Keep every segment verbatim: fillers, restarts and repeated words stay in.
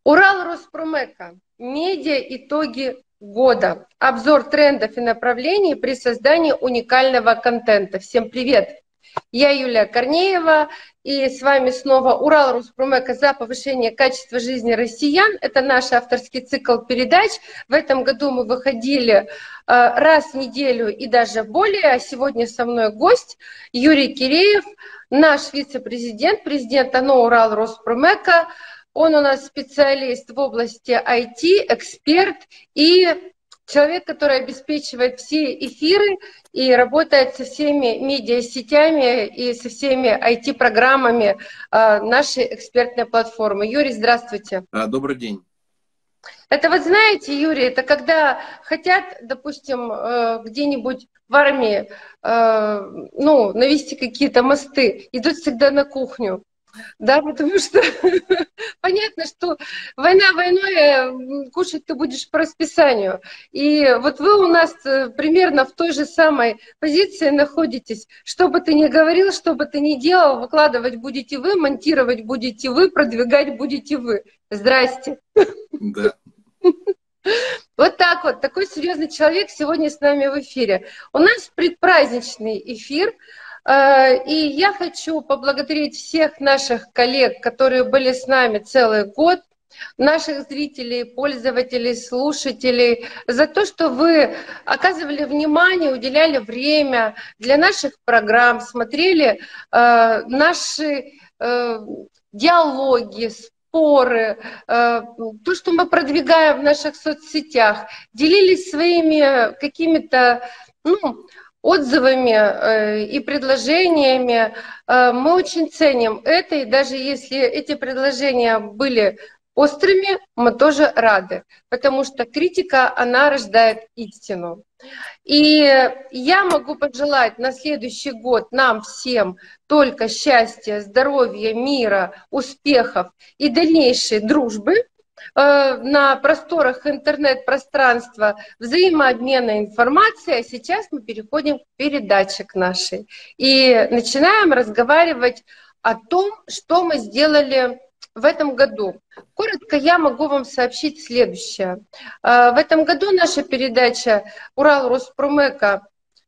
Урал Роспромека. Медиа итоги года. Обзор трендов и направлений при создании уникального контента. Всем привет! Я Юлия Корнеева, и с вами снова Урал Роспромека за повышение качества жизни россиян. Это наш авторский цикл передач. В этом году мы выходили раз в неделю и даже более. А сегодня со мной гость Юрий Киреев, наш вице-президент, президент ОНО Урал Роспромека. Он у нас специалист в области ай ти, эксперт и человек, который обеспечивает все эфиры и работает со всеми медиасетями и со всеми ай ти-программами нашей экспертной платформы. Юрий, здравствуйте. Добрый день. Это вот знаете, Юрий, это когда хотят, допустим, где-нибудь в армии ну, навести какие-то мосты, идут всегда на кухню. Да, потому что понятно, что война войной, кушать ты будешь по расписанию. И вот вы у нас примерно в той же самой позиции находитесь. Что бы ты ни говорил, что бы ты ни делал, выкладывать будете вы, монтировать будете вы, продвигать будете вы. Здрасте. Да. Вот так вот, такой серьезный человек сегодня с нами в эфире. У нас предпраздничный эфир. И я хочу поблагодарить всех наших коллег, которые были с нами целый год, наших зрителей, пользователей, слушателей, за то, что вы оказывали внимание, уделяли время для наших программ, смотрели э, наши э, диалоги, споры, э, то, что мы продвигаем в наших соцсетях, делились своими какими-то, ну, отзывами и предложениями. Мы очень ценим это, и даже если эти предложения были острыми, мы тоже рады, потому что критика, она рождает истину. И я могу пожелать на следующий год нам всем только счастья, здоровья, мира, успехов и дальнейшей дружбы на просторах интернет-пространства, взаимообмена информацией. А сейчас мы переходим к передаче к нашей и начинаем разговаривать о том, что мы сделали в этом году. Коротко я могу вам сообщить следующее. В этом году наша передача «Урал Роспромека»,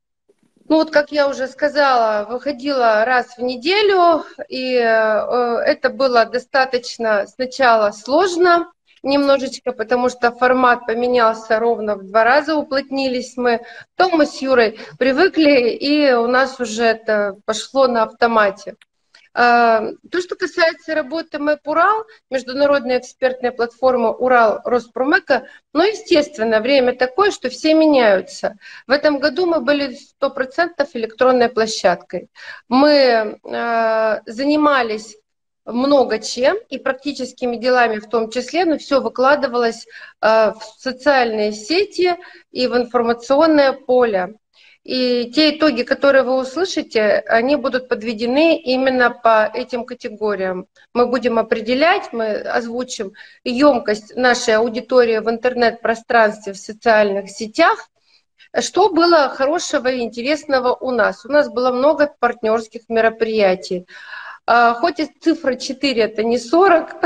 ну вот, как я уже сказала, выходила раз в неделю, и это было достаточно сначала сложно, немножечко, потому что формат поменялся ровно в два раза, уплотнились мы. Потом мы с Юрой привыкли, и у нас уже это пошло на автомате. То, что касается работы МЭП-Урал, международной экспертной платформы Урал Роспромека, ну, естественно, время такое, что все меняются. В этом году мы были сто процентов электронной площадкой. Мы э, занимались много чем, и практическими делами в том числе, но все выкладывалось э, в социальные сети и в информационное поле. И те итоги, которые вы услышите, они будут подведены именно по этим категориям. Мы будем определять, мы озвучим емкость нашей аудитории в интернет-пространстве, в социальных сетях, что было хорошего и интересного у нас. У нас было много партнерских мероприятий. Хоть и цифра четыре это не сорок,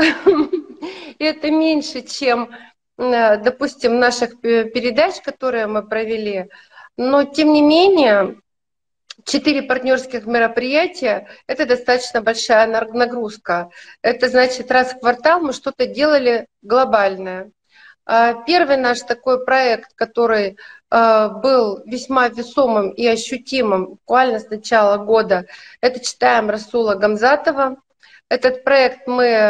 это меньше, чем, допустим, наших передач, которые мы провели, но тем не менее четыре партнерских мероприятия – это достаточно большая нагрузка. Это значит, раз в квартал мы что-то делали глобальное. Первый наш такой проект, который был весьма весомым и ощутимым буквально с начала года, это «Читаем» Расула Гамзатова. Этот проект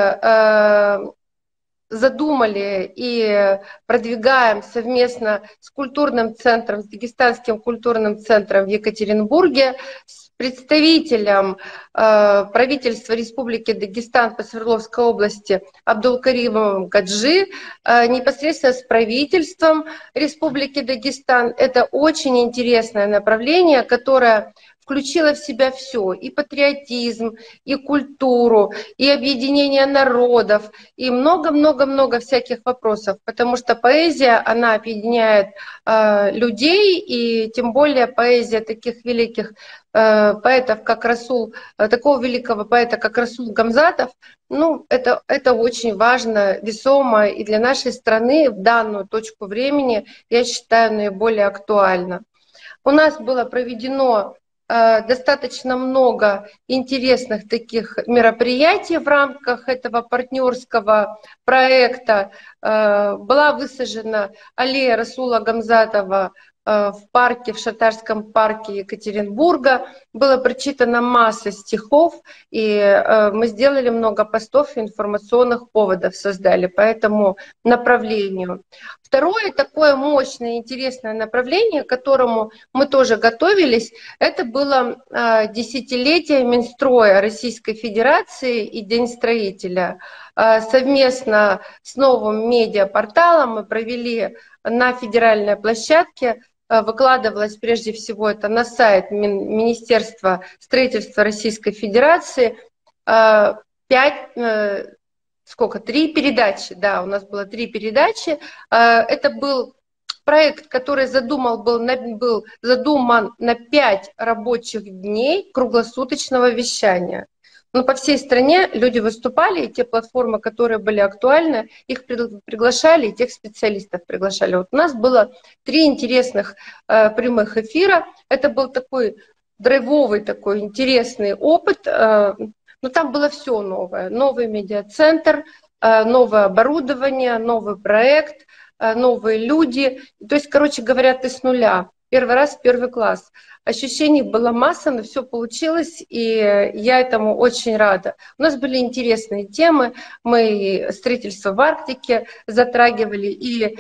мы задумали и продвигаем совместно с культурным центром, с Дагестанским культурным центром в Екатеринбурге, с представителем э, правительства Республики Дагестан по Свердловской области Абдулкаримовым Гаджи, э, непосредственно с правительством Республики Дагестан. Это очень интересное направление, которое включила в себя все, и патриотизм, и культуру, и объединение народов, и много-много-много всяких вопросов, потому что поэзия, она объединяет э, людей, и тем более поэзия таких великих э, поэтов, как Расул, э, такого великого поэта, как Расул Гамзатов, ну, это, это очень важно, весомо, и для нашей страны в данную точку времени, я считаю, наиболее актуально. У нас было проведено э, достаточно много интересных таких мероприятий в рамках этого партнерского проекта. Э, была высажена аллея Расула Гамзатова э, в парке, в Шатарском парке Екатеринбурга. Было прочитана масса стихов, и э, мы сделали много постов и информационных поводов, создали по этому направлению. Второе такое мощное, интересное направление, к которому мы тоже готовились, это было э, десятилетие Минстроя Российской Федерации и День строителя. Э, совместно с новым медиапорталом мы провели на федеральной площадке, э, выкладывалось прежде всего это на сайт Мин- Министерства строительства Российской Федерации, э, пять... Э, сколько, три передачи, да, у нас было три передачи. Это был проект, который задумал, был, был задуман на пять рабочих дней круглосуточного вещания. Но по всей стране люди выступали, и те платформы, которые были актуальны, их приглашали, и тех специалистов приглашали. Вот у нас было три интересных э, прямых эфира. Это был такой драйвовый, такой интересный опыт. Э, но там было все новое. Новый медиацентр, новое оборудование, новый проект, новые люди. То есть, короче говоря, ты с нуля. Первый раз, первый класс. Ощущений была масса, но все получилось, и я этому очень рада. У нас были интересные темы. Мы строительство в Арктике затрагивали, и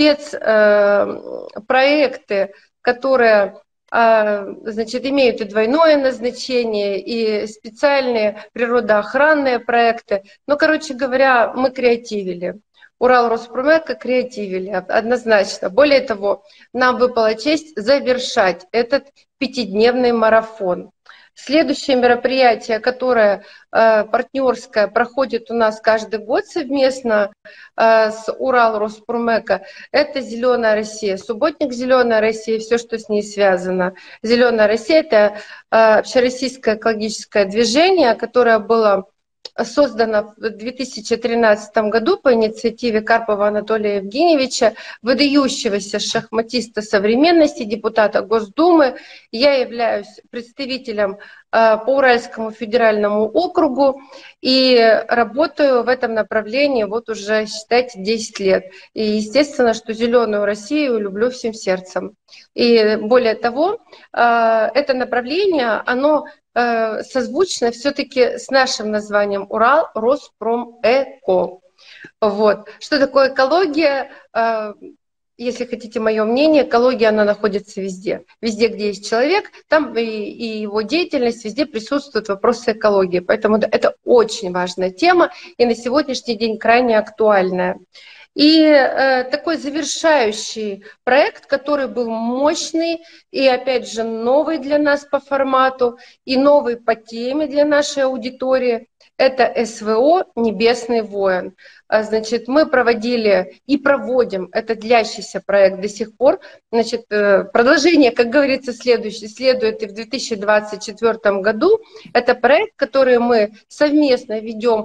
спецпроекты, которые... значит, имеют и двойное назначение, и специальные природоохранные проекты. Ну, короче говоря, мы креативили. Урал Роспромека креативили, однозначно. Более того, нам выпала честь завершать этот пятидневный марафон. Следующее мероприятие, которое э, партнерское, проходит у нас каждый год совместно э, с Урал Роспромека, это «Зеленая Россия». Субботник «Зеленая Россия», все, что с ней связано. «Зеленая Россия» — это э, общероссийское экологическое движение, которое было создана в две тысячи тринадцатом году по инициативе Карпова Анатолия Евгеньевича, выдающегося шахматиста современности, депутата Госдумы. Я являюсь представителем по Уральскому федеральному округу и работаю в этом направлении вот уже, считайте, десять лет. И естественно, что «Зеленую Россию» люблю всем сердцем. И более того, это направление, оно созвучно все-таки с нашим названием Урал Роспромэко. Вот. Что такое экология? Если хотите мое мнение, экология, она находится везде. Везде, где есть человек, там и, и его деятельность, везде присутствуют вопросы экологии. Поэтому это очень важная тема и на сегодняшний день крайне актуальная. И э, такой завершающий проект, который был мощный и, опять же, новый для нас по формату и новый по теме для нашей аудитории, это СВО «Небесный воин». Значит, мы проводили и проводим, это длящийся проект до сих пор. Значит, продолжение, как говорится, следующее, следует и в две тысячи двадцать четвёртом году. Это проект, который мы совместно ведем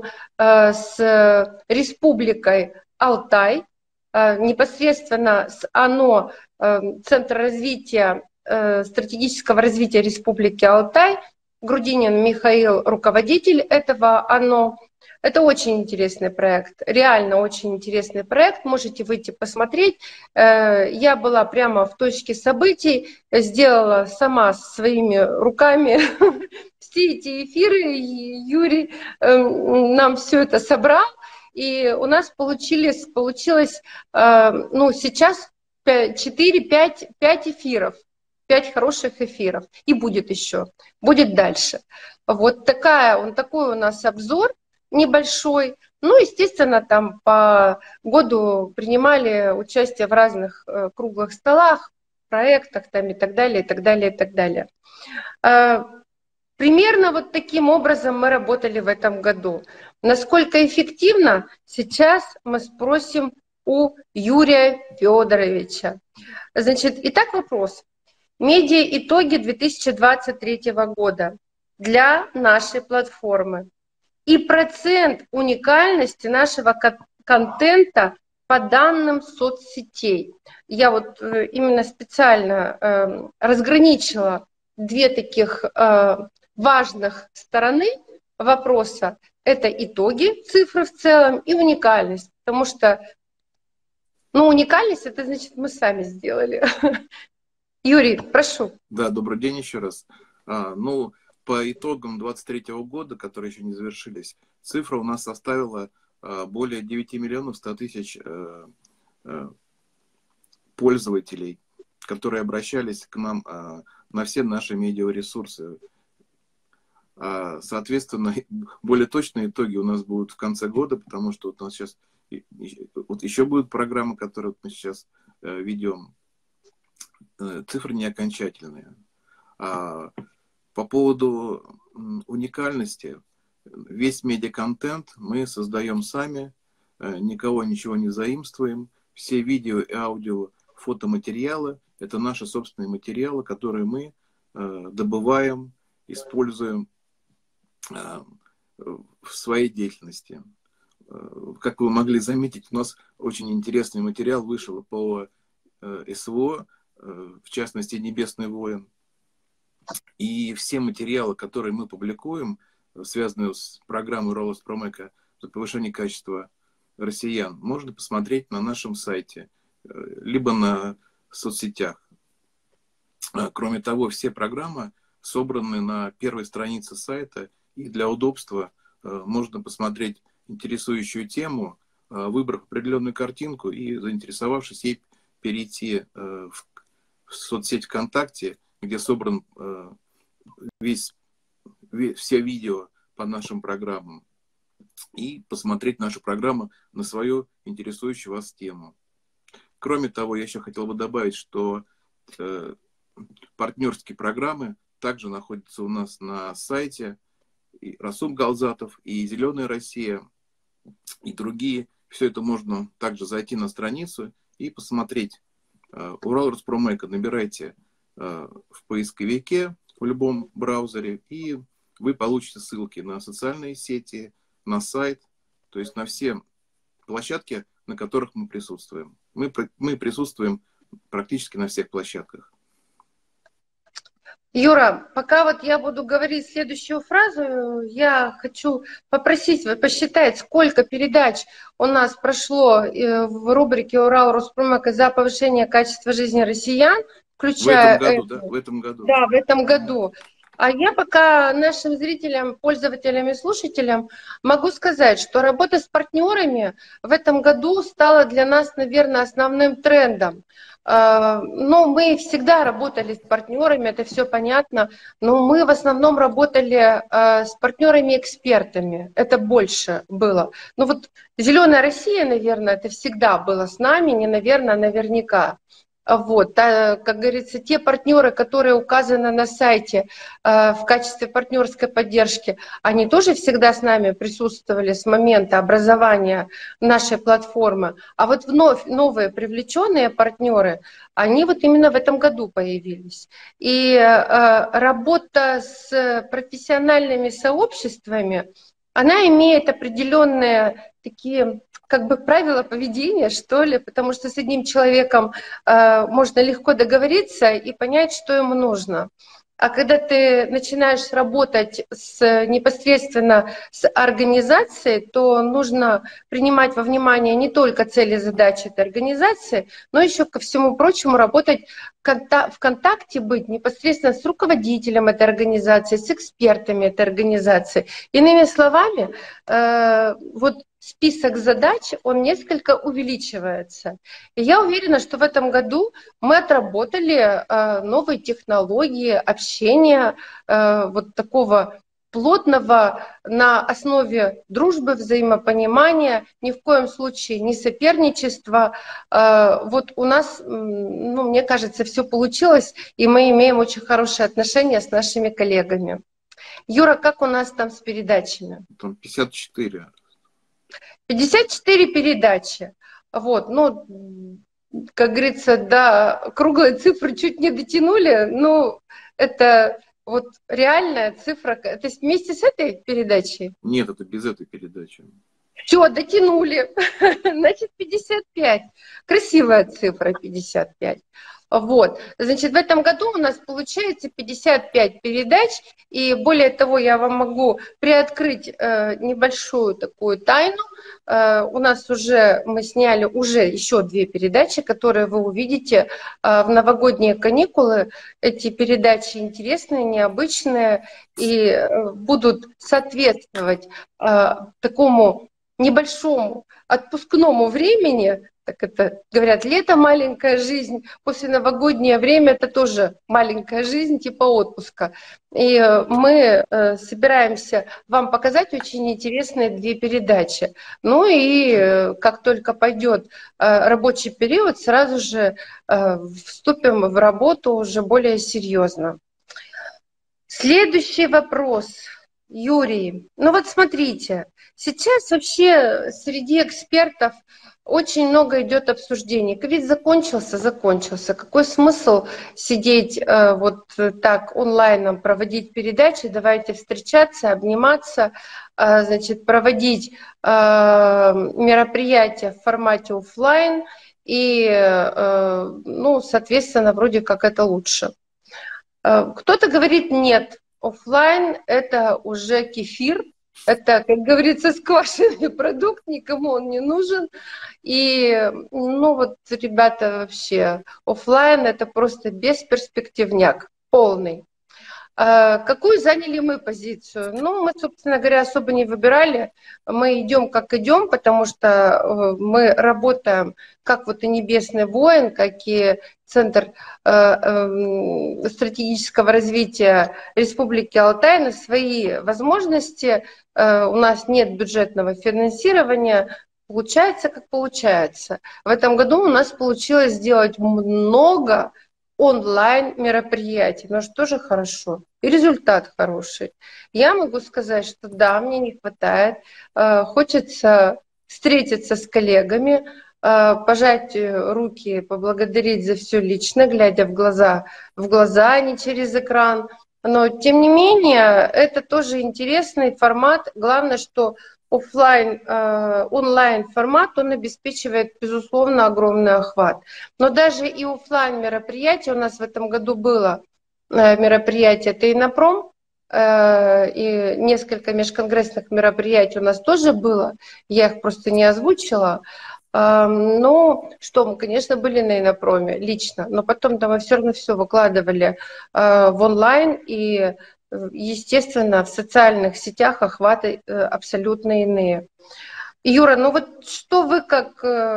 с Республикой Алтай, непосредственно с ОНО, Центр развития, стратегического развития Республики Алтай. Грудинин Михаил, руководитель этого ОНО. Это очень интересный проект, реально очень интересный проект, можете выйти посмотреть. Я была прямо в точке событий, сделала сама своими руками все эти эфиры, Юрий нам все это собрал, и у нас получились, получилось, ну, сейчас четыре-пять эфиров. Пять хороших эфиров. И будет еще. Будет дальше. Вот такая, он такой у нас обзор небольшой. Ну, естественно, там по году принимали участие в разных э, круглых столах. проектах там, и так далее, и так далее, и так далее. Примерно вот таким образом мы работали в этом году. Насколько эффективно, сейчас мы спросим у Юрия Федоровича. Значит, итак, вопрос. Медиа-итоги две тысячи двадцать третьего года для нашей платформы и процент уникальности нашего контента по данным соцсетей. Я вот именно специально э, разграничила две таких э, важных стороны вопроса. Это итоги, цифры в целом и уникальность. Потому что, ну, уникальность, это значит, мы сами сделали. Юрий, прошу. Да, добрый день еще раз. А, ну, по итогам двадцать третьего года, которые еще не завершились, цифра у нас составила а, более девяти миллионов ста тысяч а, а, пользователей, которые обращались к нам а, на все наши медиаресурсы. А, соответственно, более точные итоги у нас будут в конце года, потому что вот у нас сейчас вот еще будет программа, которую мы сейчас а, ведем. Цифры не окончательные. А по поводу уникальности, весь медиаконтент мы создаем сами, никого ничего не заимствуем. Все видео и аудио, фотоматериалы – это наши собственные материалы, которые мы добываем, используем в своей деятельности. Как вы могли заметить, у нас очень интересный материал вышел по СВО, в частности, «Небесный воин». И все материалы, которые мы публикуем, связанные с программой Роллс-Промека за повышение качества россиян, можно посмотреть на нашем сайте, либо на соцсетях. Кроме того, все программы собраны на первой странице сайта, и для удобства можно посмотреть интересующую тему, выбрав определенную картинку и, заинтересовавшись ей, перейти в в соцсеть ВКонтакте, где собран э, весь, весь, все видео по нашим программам, и посмотреть нашу программу на свою интересующую вас тему. Кроме того, я еще хотел бы добавить, что э, партнерские программы также находятся у нас на сайте. И Расул Галзатов, и «Зеленая Россия», и другие. Все это можно также зайти на страницу и посмотреть. Урал Роспромека набирайте в поисковике в любом браузере, и вы получите ссылки на социальные сети, на сайт, то есть на все площадки, на которых мы присутствуем. Мы, мы присутствуем практически на всех площадках. Юра, пока вот я буду говорить следующую фразу, я хочу попросить вас посчитать, сколько передач у нас прошло в рубрике «Урал Роспромека» за повышение качества жизни россиян, включая... В этом году, да? В этом году. Да, в этом году. А я пока нашим зрителям, пользователям и слушателям могу сказать, что работа с партнерами в этом году стала для нас, наверное, основным трендом. Ну, мы всегда работали с партнерами, это все понятно, но мы в основном работали с партнерами-экспертами, это больше было. Ну вот «Зеленая Россия», наверное, это всегда было с нами, не наверное, а наверняка. Вот, как говорится, те партнеры, которые указаны на сайте э, в качестве партнерской поддержки, они тоже всегда с нами присутствовали с момента образования нашей платформы. А вот вновь новые привлеченные партнеры, они вот именно в этом году появились. И э, работа с профессиональными сообществами, она имеет определенные такие, как бы, правила поведения, что ли, потому что с одним человеком э, можно легко договориться и понять, что ему нужно. А когда ты начинаешь работать с, непосредственно с организацией, то нужно принимать во внимание не только цели и задачи этой организации, но еще, ко всему прочему, работать в контакте, быть непосредственно с руководителем этой организации, с экспертами этой организации. Иными словами, э, вот список задач, он несколько увеличивается. И я уверена, что в этом году мы отработали э, новые технологии общения, э, вот такого плотного, на основе дружбы, взаимопонимания, ни в коем случае не соперничества. Вот у нас, ну, мне кажется, все получилось, и мы имеем очень хорошие отношения с нашими коллегами. Юра, как у нас там с передачами? Там пятьдесят четыре. пятьдесят четыре передачи. Вот, ну, как говорится, до круглой цифры чуть не дотянули, но это вот реальная цифра. То есть вместе с этой передачей? Нет, это без этой передачи. Все, дотянули. Значит, пятьдесят пять. Красивая цифра, пятьдесят пять. Вот. Значит, в этом году у нас получается пятьдесят пять передач, и более того, я вам могу приоткрыть э, небольшую такую тайну. Э, у нас уже, мы сняли уже еще две передачи, которые вы увидите э, в новогодние каникулы. Эти передачи интересные, необычные и э, будут соответствовать э, такому небольшому отпускному времени. Так это говорят, лето маленькая жизнь, после новогоднее время это тоже маленькая жизнь типа отпуска. И мы собираемся вам показать очень интересные две передачи. Ну и как только пойдет рабочий период, сразу же вступим в работу уже более серьезно. Следующий вопрос, Юрий. Ну вот смотрите, сейчас вообще среди экспертов очень много идет обсуждений. Ковид закончился, закончился. Какой смысл сидеть э, вот так онлайном, проводить передачи? Давайте встречаться, обниматься, э, значит, проводить э, мероприятия в формате офлайн. И, э, ну, соответственно, вроде как это лучше. Э, кто-то говорит нет, офлайн это уже кефир. Это, как говорится, сквашенный продукт, никому он не нужен. И, ну вот, ребята, вообще, офлайн это просто бесперспективняк, полный. А какую заняли мы позицию? Ну, мы, собственно говоря, особо не выбирали. Мы идем, как идем, потому что мы работаем, как вот и Небесный воин, как и Центр стратегического развития Республики Алтай на свои возможности. У нас нет бюджетного финансирования. Получается, как получается. В этом году у нас получилось сделать много онлайн мероприятий, но что же хорошо, и результат хороший. Я могу сказать, что да, мне не хватает, хочется встретиться с коллегами, пожать руки, поблагодарить за все лично, глядя в глаза, в глаза, а не через экран. Но тем не менее, это тоже интересный формат. Главное, что офлайн, онлайн формат, он обеспечивает, безусловно, огромный охват. Но даже и офлайн мероприятие, у нас в этом году было мероприятие Тейнопром, и несколько межконгрессных мероприятий у нас тоже было, я их просто не озвучила. Ну, что, мы, конечно, были на Инопроме лично, но потом-то мы все равно все выкладывали в онлайн, и естественно, в социальных сетях охваты абсолютно иные. Юра, ну вот что вы как,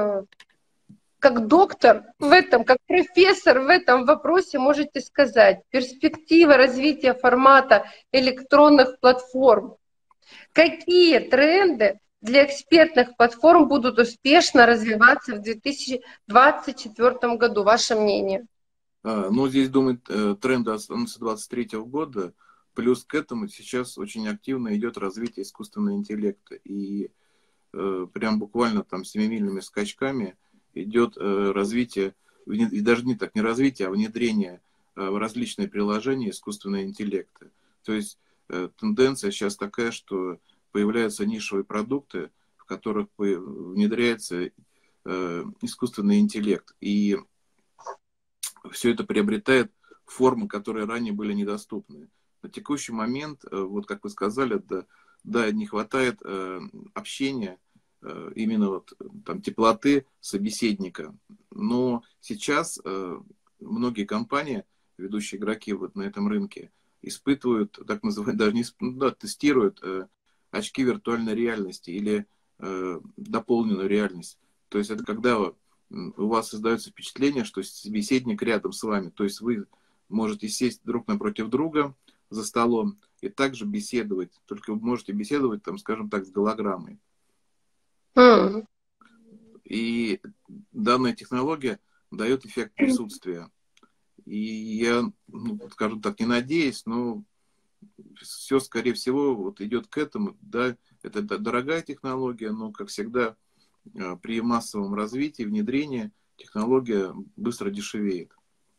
как доктор в этом, как профессор в этом вопросе можете сказать? Перспектива развития формата электронных платформ. Какие тренды для экспертных платформ будут успешно развиваться в две тысячи двадцать четвёртом году? Ваше мнение? Ну, здесь, думаю, тренды останутся двадцать третьего года. Плюс к этому сейчас очень активно идет развитие искусственного интеллекта. И э, прям буквально там семимильными скачками идет э, развитие, и даже не так, не развитие, а внедрение э, в различные приложения искусственного интеллекта. То есть э, тенденция сейчас такая, что появляются нишевые продукты, в которых внедряется э, искусственный интеллект. И все это приобретает формы, которые ранее были недоступны. На текущий момент, вот как вы сказали, да, да не хватает э, общения, э, именно вот там теплоты собеседника. Но сейчас э, многие компании, ведущие игроки вот на этом рынке, испытывают, так называемые, даже не ну, да, тестируют э, очки виртуальной реальности или э, дополненную реальность. То есть это когда у вас создается впечатление, что собеседник рядом с вами. То есть вы можете сесть друг напротив друга, за столом и также беседовать, только вы можете беседовать, там, скажем так, с голограммой. Mm. И данная технология дает эффект присутствия. И я, ну, скажем так, не надеюсь, но все, скорее всего, вот идет к этому. Да, это дорогая технология, но, как всегда, при массовом развитии, внедрении, технология быстро дешевеет.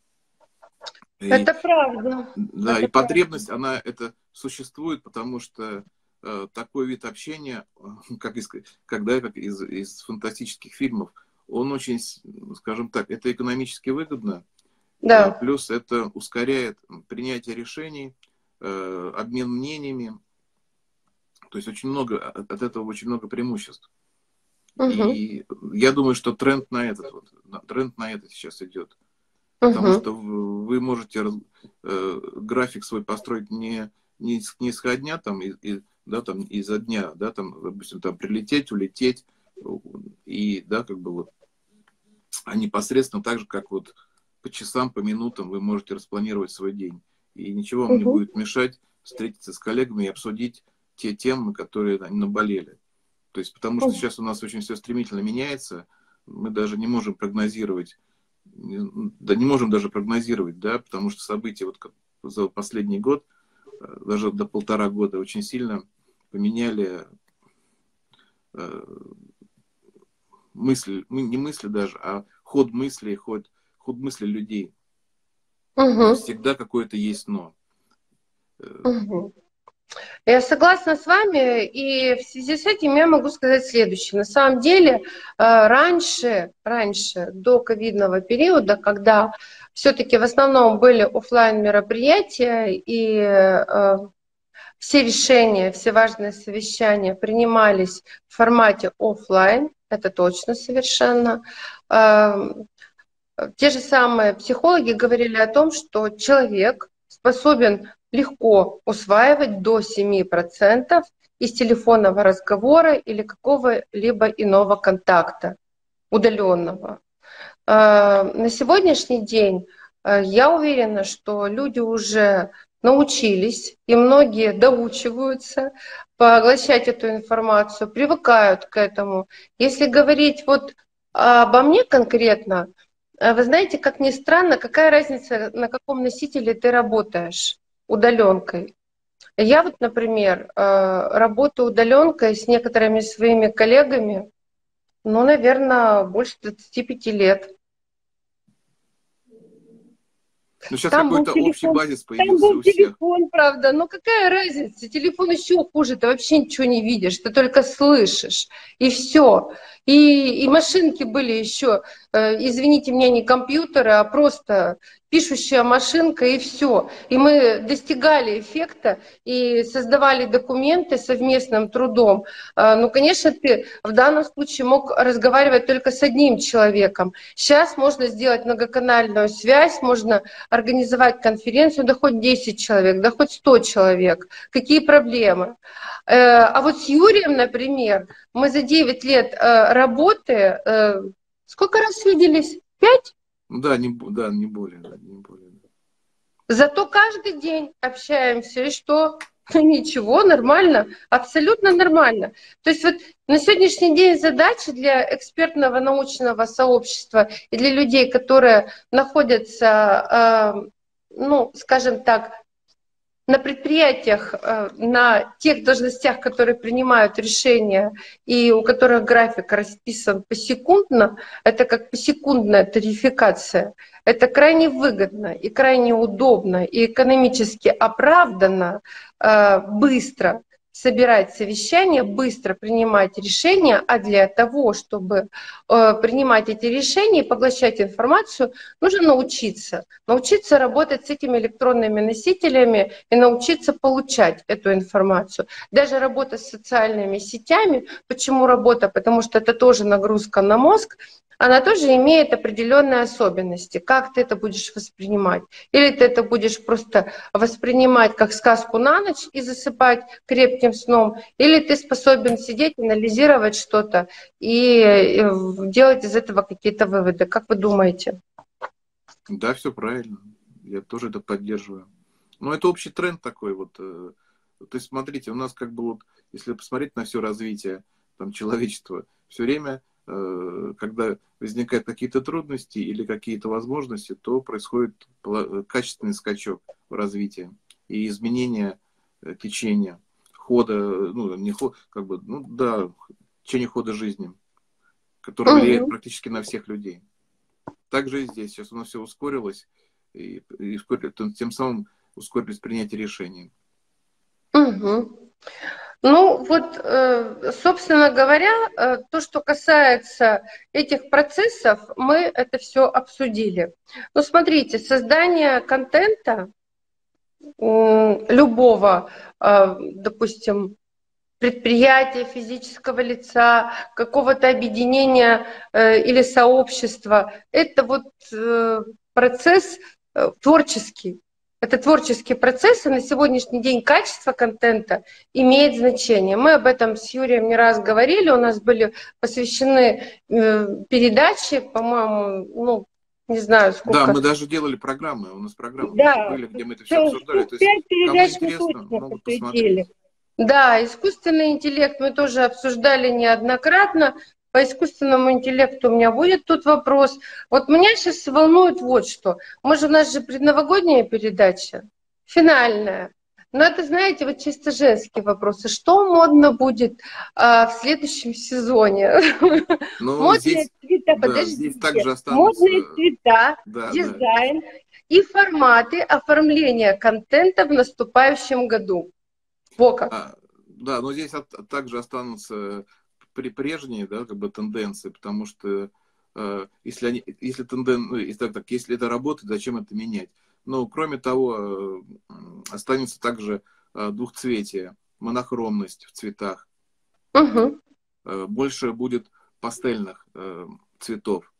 Это И, правда. да, Это и правда. потребность, она это существует, потому что э, такой вид общения, как из, когда, как из, из фантастических фильмов, он очень, скажем так, это экономически выгодно, э, Да. плюс это ускоряет принятие решений, э, обмен мнениями, то есть очень много, от, от этого очень много преимуществ. Угу. И я думаю, что тренд на этот вот, тренд на это сейчас идет. Потому Угу. что вы можете э, график свой построить не, не, не исходня там, и, и, да, там, изо дня, да, там, допустим, там, прилететь, улететь, и, да, как бы вот, а непосредственно так же, как вот по часам, по минутам вы можете распланировать свой день. И ничего вам не Угу. будет мешать встретиться с коллегами и обсудить те темы, которые они наболели. То есть, потому что сейчас у нас очень все стремительно меняется, мы даже не можем прогнозировать, да не можем даже прогнозировать, да, потому что события вот за последний год, даже до полтора года очень сильно поменяли э, мысли, не мысли даже, а ход мыслей, ход, ход мысли людей. То есть Угу. всегда какое-то есть но. Угу. Я согласна с вами, и в связи с этим я могу сказать следующее. На самом деле, раньше, раньше, до ковидного периода, когда все-таки в основном были офлайн мероприятия, и э, все решения, все важные совещания принимались в формате офлайн, это точно совершенно. Э, те же самые психологи говорили о том, что человек способен легко усваивать до семи процентов из телефонного разговора или какого-либо иного контакта удаленного. На сегодняшний день я уверена, что люди уже научились, и многие доучиваются поглощать эту информацию, привыкают к этому. Если говорить вот обо мне конкретно, вы знаете, как ни странно, какая разница, на каком носителе ты работаешь удаленкой. Я вот, например, работаю удаленкой с некоторыми своими коллегами, ну, наверное, больше двадцати пяти лет. Ну, сейчас Там был какой-то общий телефон, базис там появился был у всех. телефон, правда, но какая разница? Телефон еще хуже, ты вообще ничего не видишь, ты только слышишь, и все. И, и машинки были еще, э, извините меня, не компьютеры, а просто пишущая машинка, и все. И мы достигали эффекта и создавали документы совместным трудом. Э, ну, конечно, ты в данном случае мог разговаривать только с одним человеком. Сейчас можно сделать многоканальную связь, можно организовать конференцию, да хоть десять человек, да хоть сто человек. Какие проблемы? А вот с Юрием, например, мы за девять лет работы сколько раз виделись? Пять? Да, не, да, не более. Да, не более. Зато каждый день общаемся, и что? Ничего, нормально, абсолютно нормально. То есть вот на сегодняшний день задача для экспертного научного сообщества и для людей, которые находятся, ну, скажем так, на предприятиях, на тех должностях, которые принимают решения и у которых график расписан посекундно, это как посекундная тарификация, это крайне выгодно и крайне удобно и экономически оправданно быстро собирать совещания, быстро принимать решения, а для того, чтобы э, принимать эти решения и поглощать информацию, нужно научиться. Научиться работать с этими электронными носителями и научиться получать эту информацию. Даже работа с социальными сетями. Почему работа? Потому что это тоже нагрузка на мозг. Она тоже имеет определенные особенности. Как ты это будешь воспринимать? Или ты это будешь просто воспринимать как сказку на ночь и засыпать крепким сном, или ты способен сидеть, анализировать что-то и делать из этого какие-то выводы. Как вы думаете? Да, все правильно. Я тоже это поддерживаю. Но это общий тренд такой вот. То есть, смотрите, у нас как бы вот, если посмотреть на все развитие там, человечества, все время, когда возникают какие-то трудности или какие-то возможности, то происходит качественный скачок в развитии и изменение течения, хода, ну, не ход, как бы, ну да, течение хода жизни, которое влияет Угу. практически на всех людей. Также и здесь. Сейчас у нас все ускорилось, и, и тем самым ускорились принятие решений. Угу. Ну вот, собственно говоря, то, что касается этих процессов, мы это все обсудили. Ну смотрите, создание контента любого, допустим, предприятия, физического лица, какого-то объединения или сообщества, это вот процесс творческий. Это творческий процесс, и на сегодняшний день качество контента имеет значение. Мы об этом с Юрием не раз говорили, у нас были посвящены э, передачи, по-моему, ну, не знаю сколько. Да, мы даже делали программы, у нас программы да, были, где мы это все обсуждали. То есть, пять кому передач мы интересно, точно могут посвятили. посмотреть. Да, искусственный интеллект мы тоже обсуждали неоднократно. По искусственному интеллекту у меня будет тут вопрос. Вот меня сейчас волнует вот что. Мы же, у нас же предновогодняя передача, финальная. Но это, знаете, вот чисто женские вопросы. Что модно будет а, в следующем сезоне? Но Модные здесь, цвета, да, здесь подождите. также останутся... Модные цвета, Да, дизайн и форматы оформления контента в наступающем году. Во как. да. Да, но здесь от, также останутся при, прежние, да, как бы тенденции, потому что э, если они, если тенден, ну, если, так, так, если это работает, зачем это менять? Но кроме того, э, останется также э, двухцветие, монохромность в цветах. Угу. Э, больше будет пастельных э, цветов.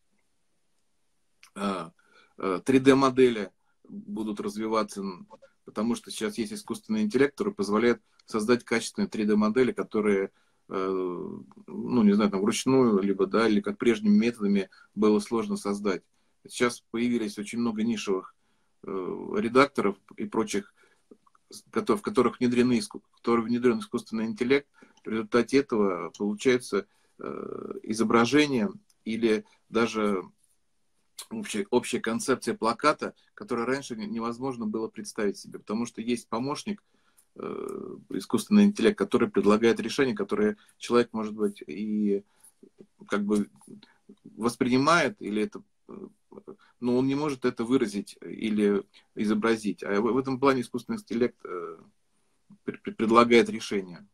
Э, э, три дэ-модели будут развиваться, потому что сейчас есть искусственный интеллект, который позволяет создать качественные три дэ-модели, которые, ну, не знаю, там, вручную, либо, да, или как прежними методами было сложно создать. Сейчас появились очень много нишевых редакторов и прочих, в которых внедрены, в которых внедрен искусственный интеллект. В результате этого получается изображение или даже общая, общая концепция плаката, которую раньше невозможно было представить себе, потому что есть помощник, э, искусственный интеллект, который предлагает решения, которые человек, может быть, и как бы воспринимает, или это, но он не может это выразить или изобразить. А в этом плане искусственный интеллект э, предлагает решения.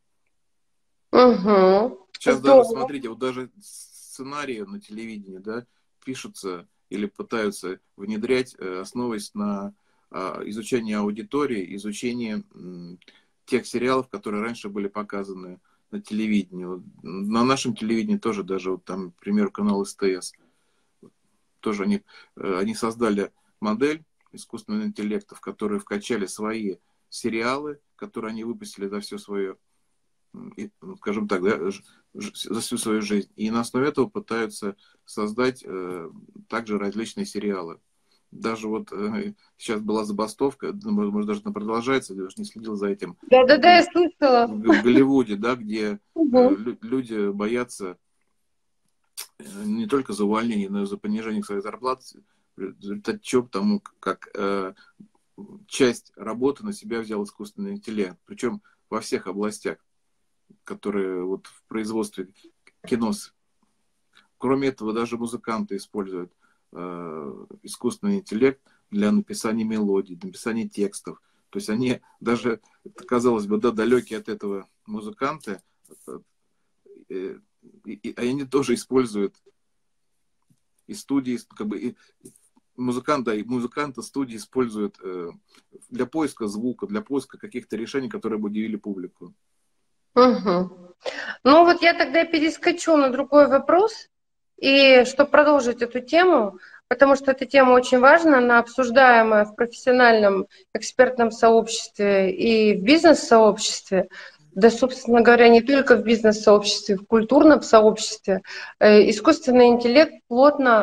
Угу. Сейчас даже, смотрите, вот даже сценарии на телевидении, да, пишутся или пытаются внедрять, основываясь на изучении аудитории, изучении тех сериалов, которые раньше были показаны на телевидении. На нашем телевидении тоже, даже вот там, например, канал эс тэ эс, тоже они, они создали модель искусственного интеллекта, в которую вкачали свои сериалы, которые они выпустили за все свое, скажем так, да, за всю свою жизнь. И на основе этого пытаются создать э, также различные сериалы. Даже вот э, сейчас была забастовка, может, даже она продолжается, я даже не следил за этим. Да-да-да, я слышала. В, в Голливуде, да, где угу. э, люди боятся не только за увольнение, но и за понижение своей зарплаты, в результате чего, потому как э, часть работы на себя взял искусственный интеллект, причем во всех областях, которые вот в производстве кино. Кроме этого, даже музыканты используют э, искусственный интеллект для написания мелодий, для написания текстов. То есть они даже, казалось бы, да, далекие от этого музыканты, э, э, и, они тоже используют и студии, как бы и музыканта, и музыканта студии используют э, для поиска звука, для поиска каких-то решений, которые бы удивили публику. Угу. Ну вот я тогда перескочу на другой вопрос, и чтобы продолжить эту тему, потому что эта тема очень важна, она обсуждаемая в профессиональном экспертном сообществе и в бизнес-сообществе, да, собственно говоря, не только в бизнес-сообществе, в культурном сообществе. Искусственный интеллект плотно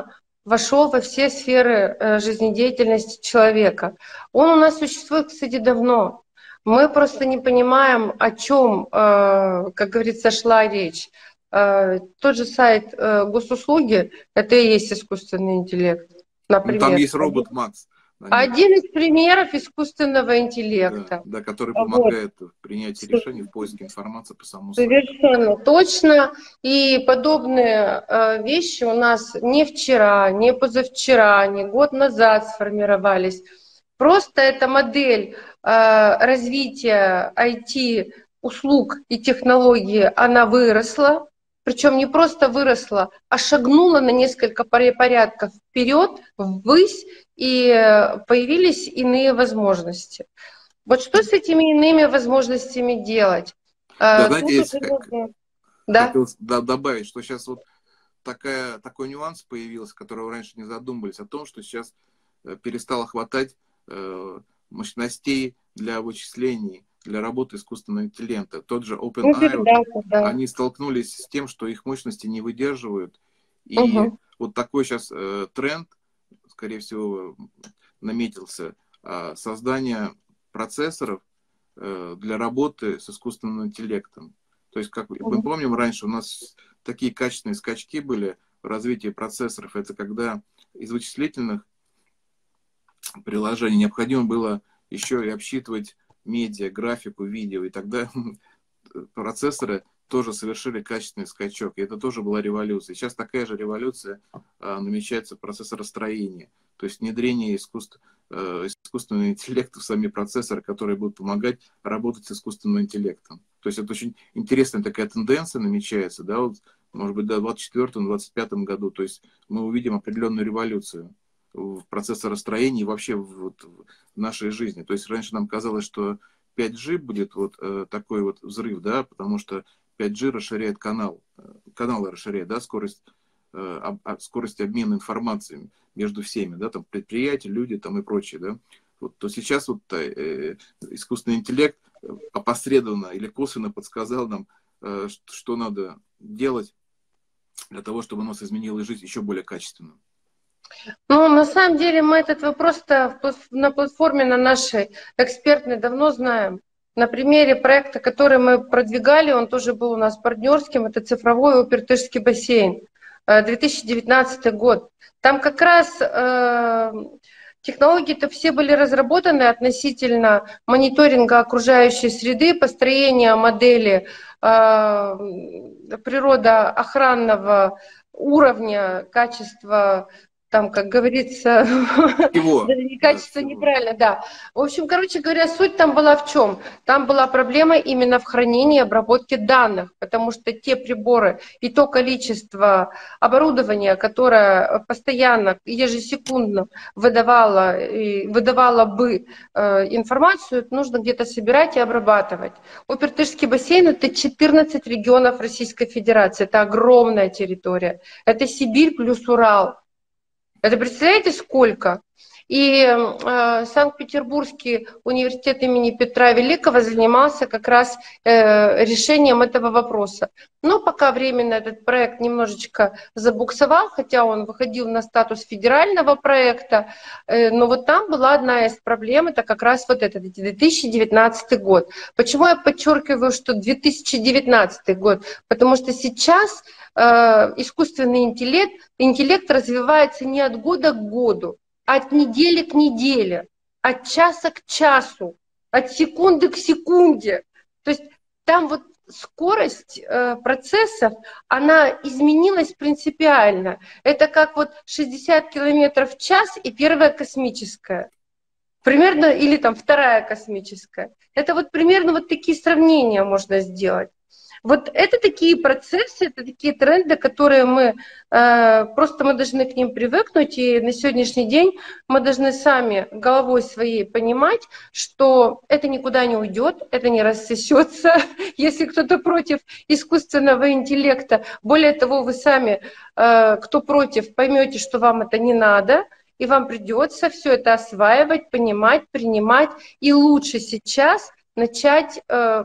вошел во все сферы э, жизнедеятельности человека. Он у нас существует, кстати, давно. Мы просто не понимаем, о чем, э, как говорится, шла речь. Э, тот же сайт э, госуслуги — это и есть искусственный интеллект, Ну, там например. есть робот Макс на нем. Один из примеров искусственного Да, интеллекта. да, который Вот. помогает в принятии решений, в поиске информации по самому сайту. Совершенно точно. И подобные э, вещи у нас не вчера, не позавчера, не год назад сформировались. Просто эта модель э, развития ай ти-услуг и технологий, она выросла. Причем не просто выросла, а шагнула на несколько порядков вперед, ввысь, и э, появились иные возможности. Вот что с этими иными возможностями делать? Да, А, знаете, Тут если уже как, нужно... Да? хотел да, добавить, что сейчас вот такая, такой нюанс появился, которого раньше не задумывались, о том, что сейчас э, перестало хватать э, мощностей для вычислений, для работы искусственного интеллекта. Тот же Ну, OpenAI, вот, передача, да. они столкнулись с тем, что их мощности не выдерживают. И Угу. вот такой сейчас э, тренд, скорее всего, наметился, э, создание процессоров э, для работы с искусственным интеллектом. То есть, как мы Угу. помним, раньше у нас такие качественные скачки были в развитии процессоров. Это когда из вычислительных приложений необходимо было еще и обсчитывать медиа, графику, видео. И тогда процессоры тоже совершили качественный скачок. И это тоже была революция. Сейчас такая же революция а, намечается в процессоростроении. То есть внедрение искусств, э, искусственного интеллекта в сами процессоры, которые будут помогать работать с искусственным интеллектом. То есть это очень интересная такая тенденция намечается, да, вот, может быть, до двадцать четвёртого — двадцать пятом году. То есть мы увидим определенную революцию в процессоростроении и вообще в, вот, в нашей жизни. То есть раньше нам казалось, что пять джи будет вот э, такой вот взрыв, да, потому что пять джи расширяет канал, каналы расширяет, да, скорость, э, об, скорость обмена информацией между всеми, да, там предприятия, люди там и прочее, да. Вот, то сейчас вот э, искусственный интеллект опосредованно или косвенно подсказал нам, э, что надо делать для того, чтобы у нас изменилась жизнь еще более качественно. Ну, на самом деле мы этот вопрос-то на платформе на нашей экспертной давно знаем. На примере проекта, который мы продвигали, он тоже был у нас партнерским, это цифровой Упертышский бассейн, две тысячи девятнадцатый год. Там как раз э, технологии-то все были разработаны относительно мониторинга окружающей среды, построения модели э, природоохранного уровня, качества, там, как говорится, Всего, даже не да, качество, всего. неправильно, да. В общем, короче говоря, суть там была в чем? Там была проблема именно в хранении и обработке данных, потому что те приборы и то количество оборудования, которое постоянно, ежесекундно выдавало, и выдавало бы э, информацию, нужно где-то собирать и обрабатывать. Упертышский бассейн — это четырнадцать регионов Российской Федерации, это огромная территория, это Сибирь плюс Урал. Это представляете, сколько? И э, Санкт-Петербургский университет имени Петра Великого занимался как раз э, решением этого вопроса. Но пока временно этот проект немножечко забуксовал, хотя он выходил на статус федерального проекта, э, но вот там была одна из проблем, это как раз вот этот две тысячи девятнадцатый год. Почему я подчеркиваю, что две тысячи девятнадцатый год? Потому что сейчас э, искусственный интеллект, интеллект развивается не от года к году, а от недели к неделе, от часа к часу, от секунды к секунде. То есть там вот скорость э, процессов, она изменилась принципиально. Это как вот шестьдесят километров в час и первая космическая. Примерно, или там вторая космическая. Это вот примерно вот такие сравнения можно сделать. Вот это такие процессы, это такие тренды, которые мы, э, просто мы должны к ним привыкнуть, и на сегодняшний день мы должны сами головой своей понимать, что это никуда не уйдет, это не рассосется, если кто-то против искусственного интеллекта. Более того, вы сами, э, кто против, поймете, что вам это не надо, и вам придется все это осваивать, понимать, принимать, и лучше сейчас начать э,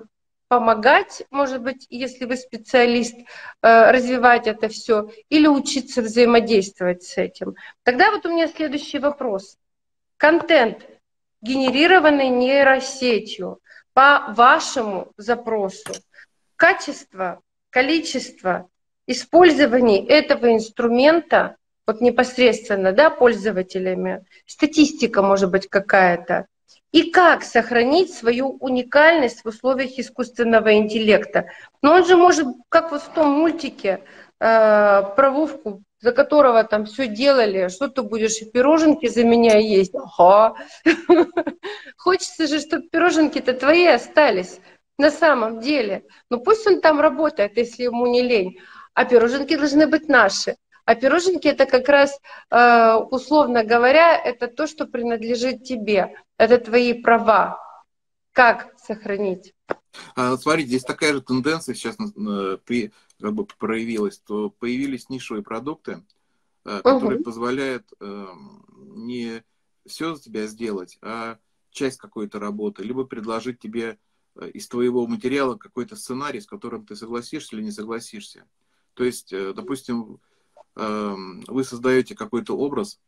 помогать, может быть, если вы специалист, э, развивать это все, или учиться взаимодействовать с этим. Тогда вот у меня следующий вопрос. Контент, генерированный нейросетью по вашему запросу, качество, количество использования этого инструмента вот непосредственно, да, пользователями, статистика может быть какая-то, и как сохранить свою уникальность в условиях искусственного интеллекта. Но он же может, как вот в том мультике э, про Вовку, за которого там все делали, что ты будешь и пироженки за меня есть? Ага. Хочется же, чтобы пироженки-то твои остались на самом деле. Ну пусть он там работает, если ему не лень. А пироженки должны быть наши. А пироженки это как раз, э, условно говоря, это то, что принадлежит тебе. Это твои права. Как сохранить? А, смотрите, здесь такая же тенденция сейчас э, при, как бы проявилась, то появились нишевые продукты, э, которые Угу. позволяют э, не все за тебя сделать, а часть какой-то работы, либо предложить тебе э, из твоего материала какой-то сценарий, с которым ты согласишься или не согласишься. То есть, э, допустим, э, вы создаете какой-то образ,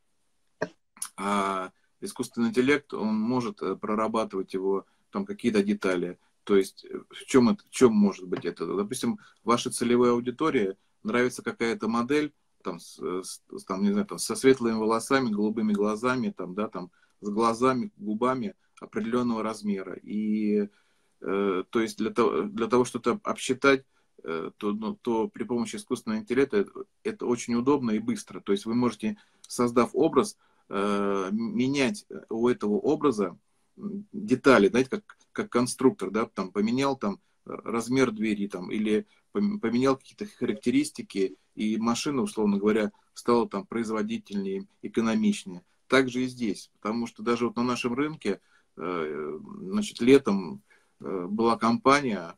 а искусственный интеллект, он может э, прорабатывать его, там, какие-то детали. То есть, э, в чем, это, в чем может быть это? Допустим, вашей целевой аудитории нравится какая-то модель, там, с, с- там, не знаю, там, со светлыми волосами, голубыми глазами, там, да, там, с глазами, губами определенного размера. И э, то есть для того, для того что-то обсчитать, э, то, ну, то при помощи искусственного интеллекта это, это очень удобно и быстро. То есть вы можете, создав образ, э, менять у этого образа детали, знаете, как, как конструктор, да, там поменял там размер двери там, или поменял какие-то характеристики, и машина, условно говоря, стала там производительнее, экономичнее. Так же и здесь, потому что даже вот на нашем рынке, э, значит, летом э, была компания,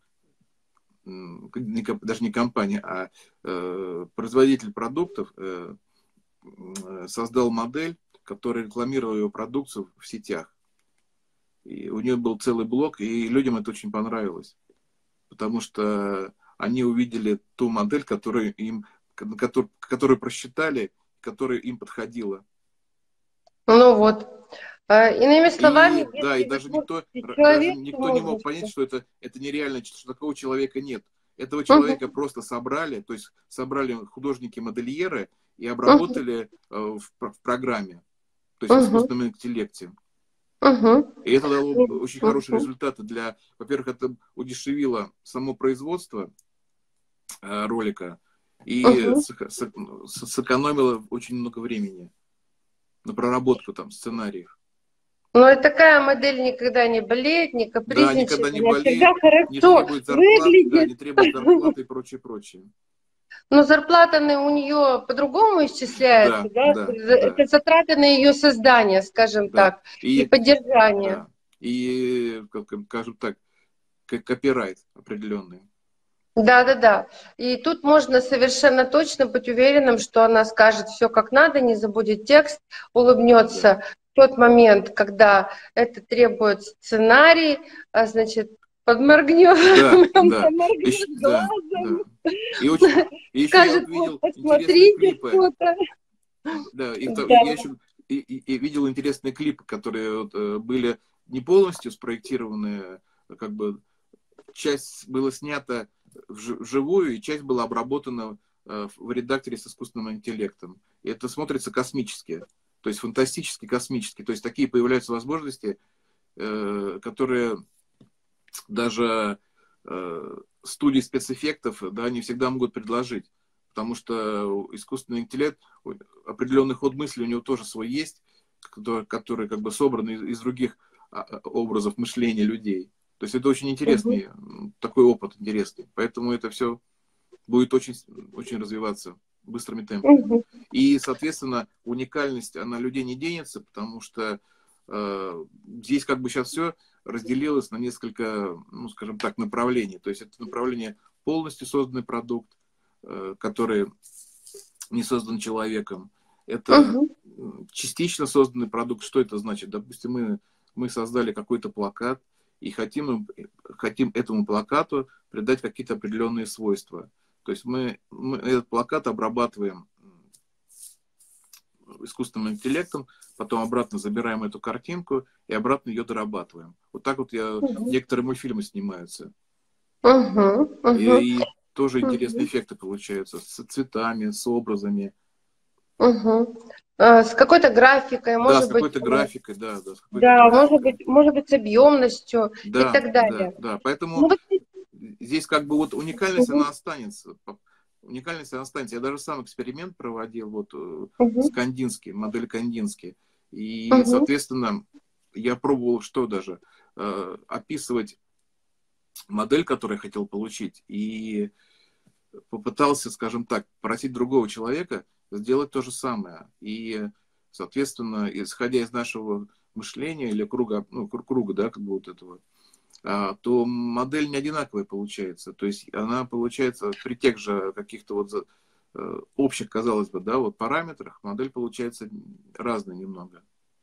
даже не компания, а э, производитель продуктов э, создал модель, которая рекламировала его продукцию в сетях. И у нее был целый блок, и людям это очень понравилось, потому что они увидели ту модель, которую им, которую, которую просчитали, которая им подходила. Ну вот. Э, Иными И словами, да, и если вы даже никто, творческий даже человек, никто не мог понять, можете. что это, это нереально, что такого человека нет. Этого человека Угу, просто собрали, то есть собрали художники-модельеры и угу, обработали э, в, в программе, то есть в угу, искусственном интеллекте. угу, И это дало очень хорошие угу, результаты для, во-первых, это удешевило само производство э, ролика и угу. сэк- сэк- сэкономило очень много времени на проработку там сценариев. Но и такая модель никогда не болеет, не Да, капризничает, никогда не она всегда болеет, не хорошо требует зарплат, да, выглядит. не требует зарплаты и прочее, прочее. Но зарплата на- у нее по-другому исчисляется, Да, да? да, Это да, затраты на ее создание, скажем да. так, и И, поддержание. да, и, как скажем так, как копирайт определенный. Да, да, да. И тут можно совершенно точно быть уверенным, что она скажет все как надо, не забудет текст, Да, улыбнется в тот момент, когда это требует сценарий, а, значит, подморгнет, да, да, еще, моргнет да, глазом, да. И очень, и еще я скажет, вот вот, видел интересные посмотрите клипы. что-то. Да, и то- я Да. еще и, и- и видел интересные клипы, которые вот, э, были не полностью спроектированы, э, как бы часть была снята вж- вживую, и часть была обработана э, в редакторе с искусственным интеллектом. И это смотрится космически, то есть фантастически космически. То есть такие появляются возможности, э, которые даже э, студии спецэффектов, да, не всегда могут предложить. Потому что искусственный интеллект, определенный ход мысли у него тоже свой есть, который, который как бы собран из, из других а, а, образов мышления людей. То есть это очень Мгм. интересный, такой опыт интересный. Поэтому это все будет очень, очень развиваться быстрыми темпами. Мгм. И, соответственно, уникальность, она людей не денется, потому что э, здесь как бы сейчас все разделилось на несколько, ну, скажем так, направлений. То есть это направление полностью созданный продукт, э, который не создан человеком. Это Мгм. частично созданный продукт. Что это значит? Допустим, мы, мы создали какой-то плакат, и хотим, хотим этому плакату придать какие-то определенные свойства. То есть мы, мы этот плакат обрабатываем искусственным интеллектом, потом обратно забираем эту картинку и обратно ее дорабатываем. Вот так вот я, Угу. некоторые мультфильмы снимаются. Угу. Угу. И, и тоже Угу. интересные эффекты получаются с цветами, с образами. Угу. С какой-то графикой, Да, может с быть, какой-то графикой, да, да, с какой-то да, может графикой. быть, может быть, с объемностью и Да, так да, далее. да. Поэтому Ну, вот, здесь как бы вот уникальность, угу. она останется. Уникальность, она останется. Я даже сам эксперимент проводил вот с Угу. Кандински, модель Кандински. И, Угу. соответственно, я пробовал что даже? Э, описывать модель, которую я хотел получить, и попытался, скажем так, просить другого человека сделать то же самое. И, соответственно, исходя из нашего мышления или круга, ну, круга, да, как бы вот этого, то модель не одинаковая получается. То есть она получается при тех же каких-то вот общих, казалось бы, да, вот параметрах, модель получается разная немного.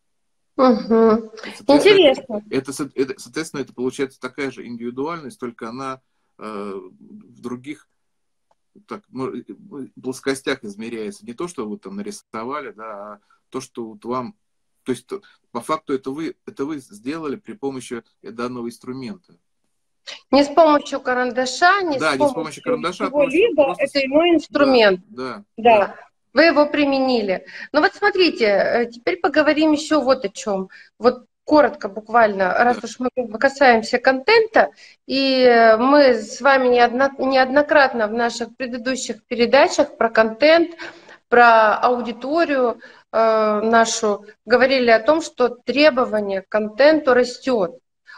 Угу. Соответственно, Интересно. это, это, это, соответственно, это получается такая же индивидуальность, только она э, в других так, плоскостях измеряется. Не то, что вы там нарисовали, да, а то, что вот вам... То есть по факту это вы, это вы сделали при помощи данного инструмента. Не с помощью карандаша, не с Да, не с помощью помощью карандаша, а просто... чего-либо, просто... это иной Да, инструмент. да, Да, да. вы его применили. Но вот смотрите, теперь поговорим еще вот о чем. Вот коротко, буквально, раз Да. уж мы касаемся контента, и мы с вами неоднократно в наших предыдущих передачах про контент, про аудиторию э, нашу говорили о том, что требование к контенту растет.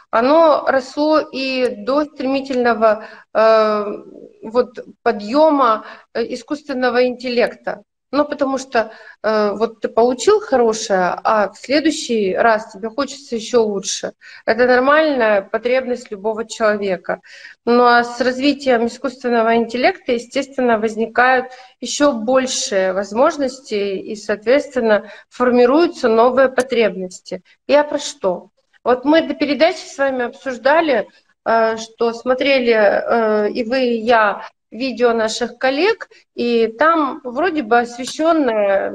Оно росло и до стремительного э, вот, подъема искусственного интеллекта. Ну, потому что э, вот ты получил хорошее, а в следующий раз тебе хочется еще лучше. Это нормальная потребность любого человека. Ну а с развитием искусственного интеллекта, естественно, возникают еще большие возможности и, соответственно, формируются новые потребности. Я про что? Вот мы до передачи с вами обсуждали, э, что смотрели э, и вы, и я видео наших коллег, и там вроде бы освещенная,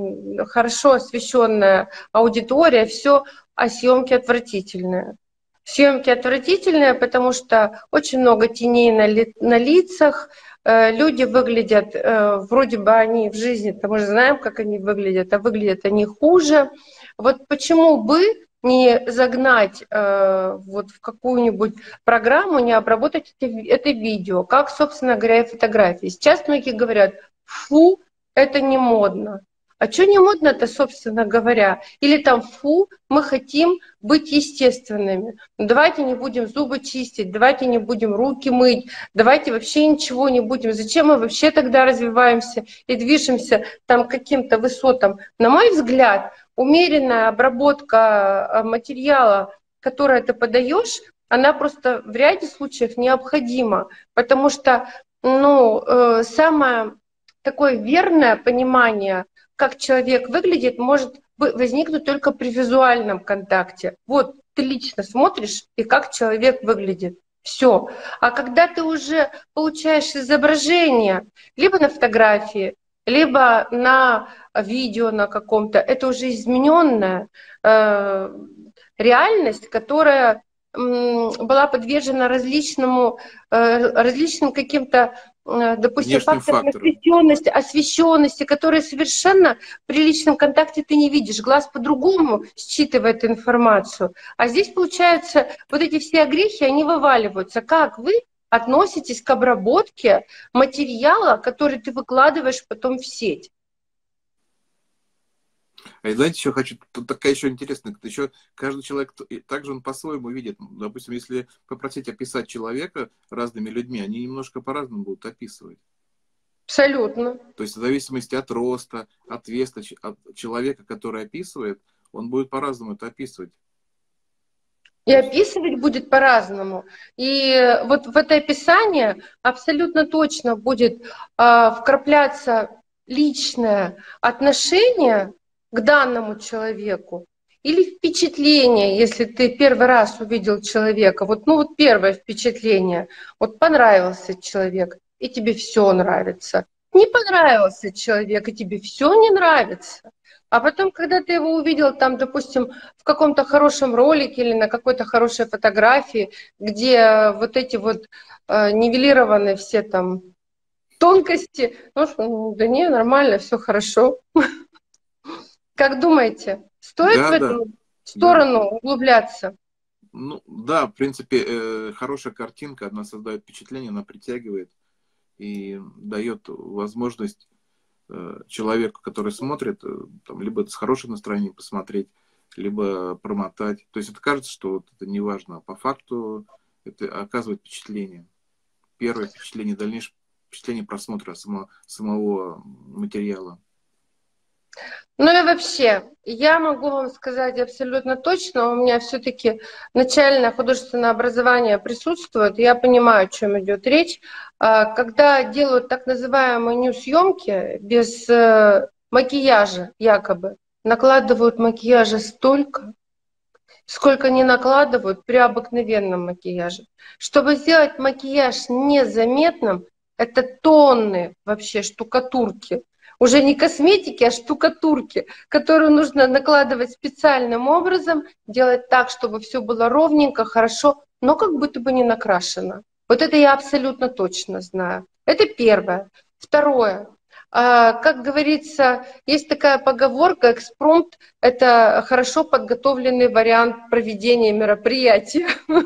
хорошо освещенная аудитория, все, а съемки отвратительные. Съемки отвратительные, потому что очень много теней на, ли, на лицах, э, люди выглядят, э, вроде бы они в жизни, мы же знаем, как они выглядят, а выглядят они хуже. Вот почему бы не загнать э, вот в какую-нибудь программу, не обработать это, это видео, как, собственно говоря, и фотографии. Сейчас многие говорят, фу, это не модно. А что не модно-то, собственно говоря? Или там, фу, мы хотим быть естественными. Ну, давайте не будем зубы чистить, давайте не будем руки мыть, давайте вообще ничего не будем. Зачем мы вообще тогда развиваемся и движемся там к каким-то высотам? На мой взгляд, умеренная обработка материала, который ты подаешь, она просто в ряде случаев необходима, потому что ну, э, самое такое верное понимание, как человек выглядит, может возникнуть только при визуальном контакте. Вот ты лично смотришь, и как человек выглядит. Все. А когда ты уже получаешь изображение, либо на фотографии, либо на видео на каком-то, это уже измененная э, реальность, которая э, была подвержена различному, э, различным каким-то, э, допустим, Внешним факторам фактором. освещенности, освещенности, которые совершенно при личном контакте ты не видишь. Глаз по-другому считывает информацию. А здесь, получается, вот эти все огрехи, они вываливаются. Как вы относитесь к обработке материала, который ты выкладываешь потом в сеть? А знаете, еще хочу, тут такая еще интересная, еще каждый человек, также он по-своему видит. Допустим, если попросить описать человека разными людьми, они немножко по-разному будут описывать. Абсолютно. То есть в зависимости от роста, от веса, от человека, который описывает, он будет по-разному это описывать. И описывать будет по-разному. И вот в это описание абсолютно точно будет э, вкрапляться личное отношение к данному человеку. или впечатление, если ты первый раз увидел человека, вот, ну вот первое впечатление, вот понравился человек, и тебе все нравится. Не понравился человек, и тебе все не нравится. А потом, когда ты его увидел там, допустим, в каком-то хорошем ролике или на какой-то хорошей фотографии, где вот эти вот э, нивелированы все там тонкости, ну, что, да не, нормально, все хорошо. Как думаете, стоит в Да, да, эту да. сторону углубляться? Ну, да, в принципе, э, хорошая картинка, она создает впечатление, она притягивает и дает возможность э, человеку, который смотрит, э, там, либо с хорошим настроением посмотреть, либо промотать. То есть это кажется, что вот это не важно, а по факту это оказывает впечатление. Первое впечатление, дальнейшее впечатление просмотра само, самого материала. Ну и вообще, я могу вам сказать абсолютно точно, у меня все-таки начальное художественное образование присутствует, я понимаю, о чем идет речь. А, когда делают так называемые нью-съемки без э, макияжа, якобы, накладывают макияжа столько, сколько не накладывают при обыкновенном макияже. Чтобы сделать макияж незаметным, это тонны вообще штукатурки. Уже не косметики, а штукатурки, которую нужно накладывать специальным образом, делать так, чтобы все было ровненько, хорошо, но как будто бы не накрашено. Вот это я абсолютно точно знаю. Это первое. Второе. А, как говорится, есть такая поговорка, экспромт — это хорошо подготовленный вариант проведения мероприятия.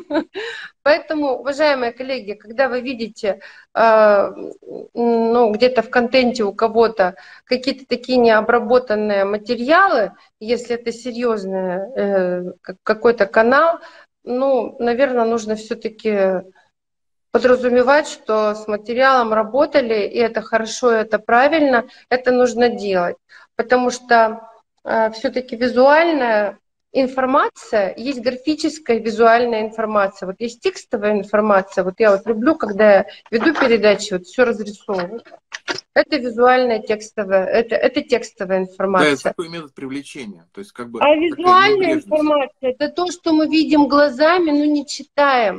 Поэтому, уважаемые коллеги, когда вы видите э, ну, где-то в контенте у кого-то какие-то такие необработанные материалы, если это серьезный э, какой-то канал, ну, наверное, нужно все-таки подразумевать, что с материалом работали, и это хорошо, и это правильно, это нужно делать. Потому что э, все-таки визуальная информация, есть графическая визуальная информация, вот есть текстовая информация. Вот я вот люблю, когда я веду передачи, вот все разрисовываю. Это визуальная текстовая, это, это текстовая Да, это информация. такой метод привлечения, то есть как бы А такая визуальная небрежность. информация — это то, что мы видим глазами, но не читаем.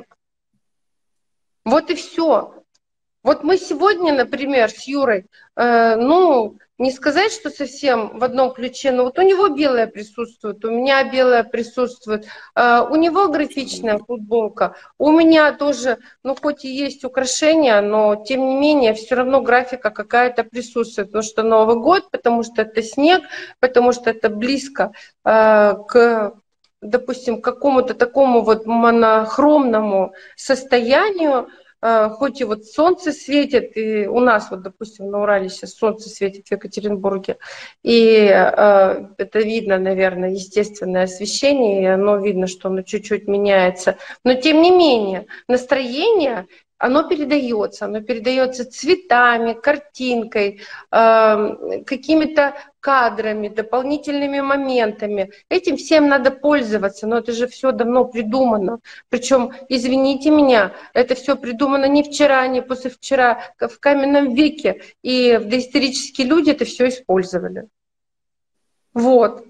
Вот и все. Вот мы сегодня, например, с Юрой, э, ну, не сказать, что совсем в одном ключе, но вот у него белое присутствует, у меня белое присутствует, э, у него графичная футболка, у меня тоже, ну, хоть и есть украшения, но тем не менее все равно графика какая-то присутствует, потому что Новый год, потому что это снег, потому что это близко э, к, допустим, к какому-то такому вот монохромному состоянию. Хоть и вот солнце светит, и у нас вот, допустим, на Урале сейчас солнце светит в Екатеринбурге, и э, это видно, наверное, естественное освещение, и оно видно, что оно чуть-чуть меняется. Но тем не менее, настроение, оно передается, оно передается цветами, картинкой, э, какими-то кадрами, дополнительными моментами. Этим всем надо пользоваться, но это же все давно придумано. Причем, извините меня, это все придумано не вчера, не позавчера, в каменном веке. И доисторические люди это все использовали. Вот.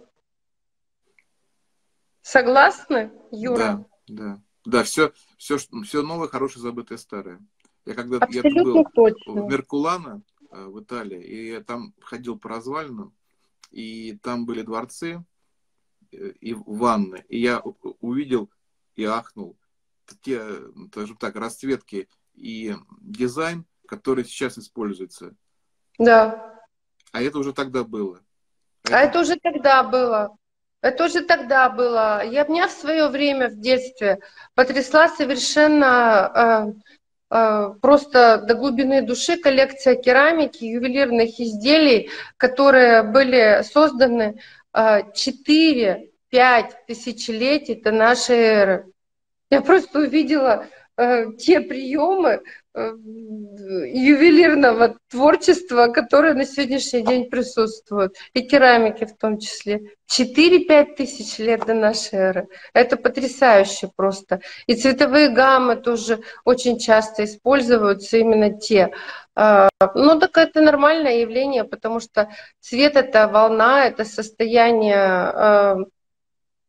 Согласны, Юра? Да, да. Да, все, все, все новое, хорошее, забытое, старое. Я когда я тут Абсолютно был в точно. Меркулано, э, в Италии, и я там ходил по развалинам, и там были дворцы э, и ванны. И я у- увидел и ахнул те, скажем так, расцветки и дизайн, который сейчас используется. Да. А это уже тогда было. А А это это уже тогда было. Это уже тогда было. Я меня в свое время в детстве потрясла совершенно э, э, просто до глубины души коллекция керамики, ювелирных изделий, которые были созданы четыре-пять тысячелетий до нашей эры. Я просто увидела э, те приемы э, ювелирного творчества, которые на сегодняшний день присутствуют, и керамики в том числе. четыре-пять тысяч лет до нашей эры. Это потрясающе просто. И цветовые гаммы тоже очень часто используются, именно те. Э, ну, так это нормальное явление, потому что цвет — это волна, это состояние э,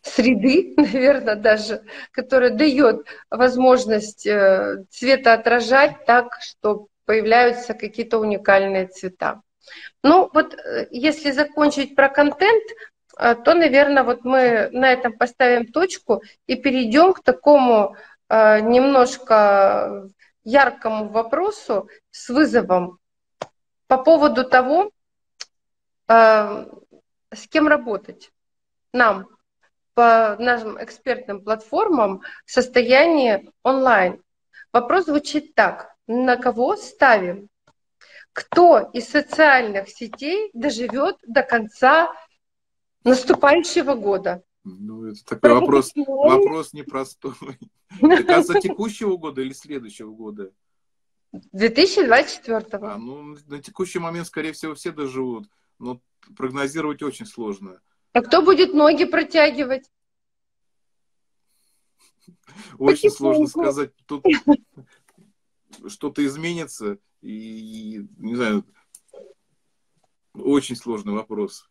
среды, наверное, даже, которая дает возможность э, цвета отражать так, что появляются какие-то уникальные цвета. Ну вот э, если закончить про контент, э, то, наверное, вот мы на этом поставим точку и перейдем к такому э, немножко яркому вопросу с вызовом по поводу того, э, с кем работать нам по нашим экспертным платформам в состоянии онлайн. Вопрос звучит так. На кого ставим? Кто из социальных сетей доживет до конца наступающего года? Ну, это такой вопрос, вопрос непростой. До конца текущего года или следующего года? две тысячи двадцать четвёртого. А, ну, на текущий момент, скорее всего, все доживут. Но прогнозировать очень сложно. А кто будет ноги протягивать? Очень сложно сказать. Тут что-то изменится. И, не знаю, очень сложный вопрос.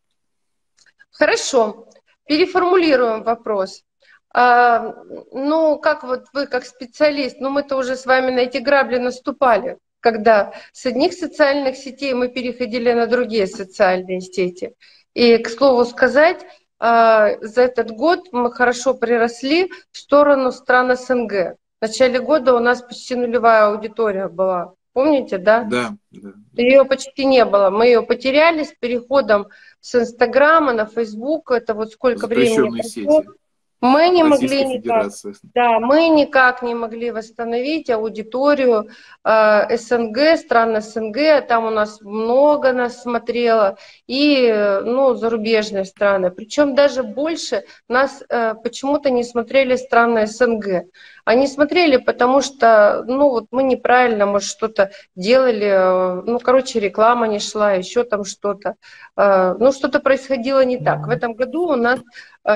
Хорошо. Переформулируем вопрос. А, ну, как вот вы, как специалист, ну, мы-то уже с вами на эти грабли наступали, когда с одних социальных сетей мы переходили на другие социальные сети. И, к слову сказать, а, за этот год мы хорошо приросли в сторону стран СНГ. В начале года у нас почти нулевая аудитория была. Помните, да? Да, да. Ее почти не было. Мы ее потеряли с переходом с Инстаграма на Фейсбук. Это вот сколько времени прошло. Сети. Мы не Российской могли никак, Федерации. да, мы никак не могли восстановить аудиторию э, СНГ, стран СНГ. Там у нас много нас смотрело. И ну, зарубежные страны. Причем даже больше нас э, почему-то не смотрели страны СНГ. Они смотрели, потому что, ну, вот мы неправильно, может, что-то делали, ну, короче, реклама не шла, еще там что-то. Ну, что-то происходило не так. В этом году у нас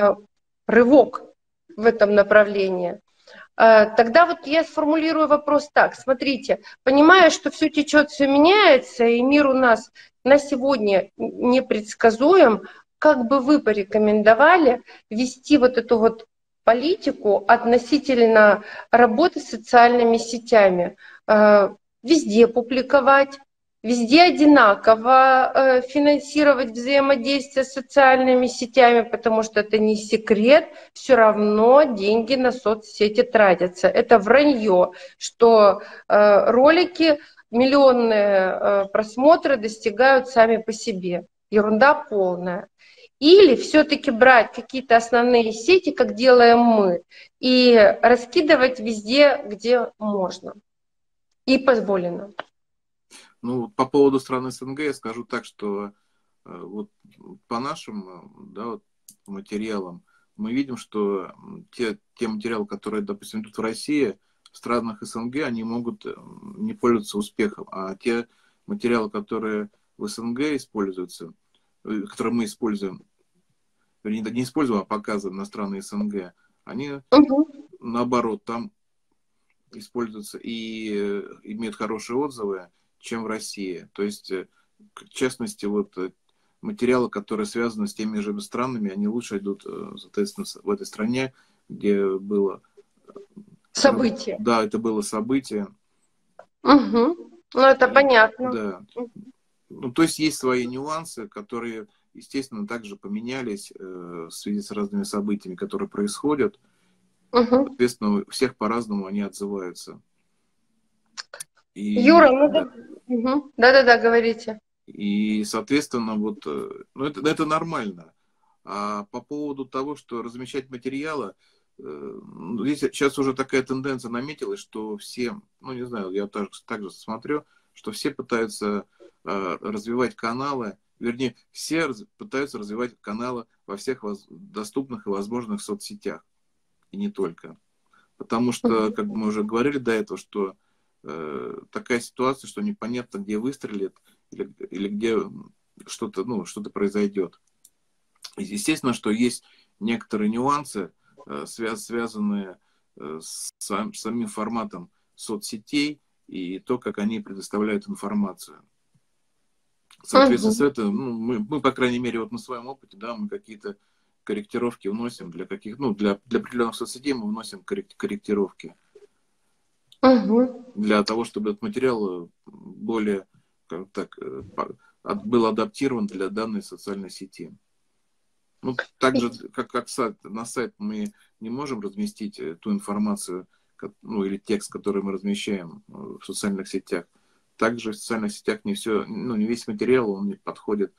рывок в этом направлении. Тогда вот я сформулирую вопрос так. Смотрите, понимая, что все течет, все меняется, и мир у нас на сегодня непредсказуем, как бы вы порекомендовали вести вот эту вот политику относительно работы с социальными сетями? Везде публиковать, везде одинаково финансировать взаимодействие с социальными сетями, потому что это не секрет, все равно деньги на соцсети тратятся. Это вранье, что ролики, миллионные просмотры достигают сами по себе. Ерунда полная. Или все-таки брать какие-то основные сети, как делаем мы, и раскидывать везде, где можно и позволено. Ну, по поводу стран СНГ я скажу так, что вот по нашим, да, вот, материалам мы видим, что те, те материалы, которые, допустим, идут в России, в странах СНГ, они могут не пользоваться успехом, а те материалы, которые в СНГ используются, которые мы используем, не, не используем, а показываем на страны СНГ, они, угу. наоборот, там используются и имеют хорошие отзывы, чем в России. То есть, в частности, вот материалы, которые связаны с теми же странами, они лучше идут, соответственно, в этой стране, где было событие. Да, это было событие. Угу. Ну, это и, понятно. Да. Ну, то есть, есть свои нюансы, которые, естественно, также поменялись э, в связи с разными событиями, которые происходят. Угу. Соответственно, у всех по-разному они отзываются. И, Юра, ну да. Угу. Да-да-да, говорите. И, соответственно, вот, ну, это, это нормально. А по поводу того, что размещать материалы, здесь сейчас уже такая тенденция наметилась, что все, ну, не знаю, я также, также смотрю, что все пытаются э, развивать каналы, вернее, все раз, пытаются развивать каналы во всех воз, доступных и возможных соцсетях, и не только. Потому что, как мы уже говорили до этого, что э, такая ситуация, что непонятно, где выстрелит, или, или где что-то, ну, что-то произойдет. И естественно, что есть некоторые нюансы, э, связ, связанные э, с сам, самим форматом соцсетей и то, как они предоставляют информацию. Соответственно, uh-huh. с этим, ну, мы, мы, по крайней мере, вот на своем опыте, да, мы какие-то корректировки вносим для каких, ну, для, для определенных соцсетей мы вносим корректировки. Угу. Для того, чтобы этот материал более, как так, был адаптирован для данной социальной сети. Ну, так же, как, как сайт, на сайт мы не можем разместить ту информацию, ну, или текст, который мы размещаем в социальных сетях. Также в социальных сетях не все, ну, не весь материал, он не подходит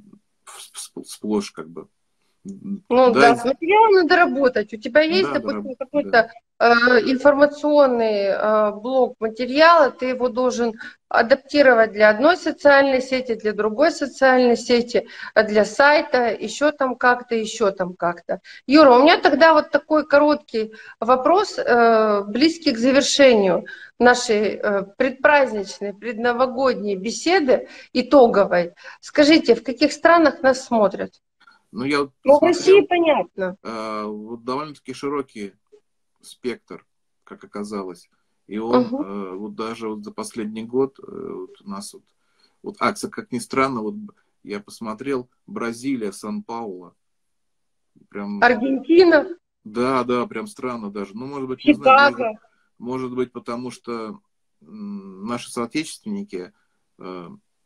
сплошь, как бы. Ну да, да, с материалом надо работать. У тебя есть, да, допустим, да, какой-то да. э, информационный э, блок материала, ты его должен адаптировать для одной социальной сети, для другой социальной сети, для сайта, еще там как-то, еще там как-то. Юра, у меня тогда вот такой короткий вопрос, э, близкий к завершению нашей э, предпраздничной, предновогодней беседы, итоговой. Скажите, в каких странах нас смотрят? Ну, я вот Ну, в посмотрел, России понятно. э, вот довольно-таки широкий спектр, как оказалось. И он Угу. э, вот даже вот за последний год э, вот у нас вот, вот акция, как ни странно, вот я посмотрел, Бразилия, Сан-Пауло. Прям, Аргентина, да, да, прям странно даже. Ну, может быть, не знаю, может, Чикаго. может быть, потому что м, наши соотечественники, э,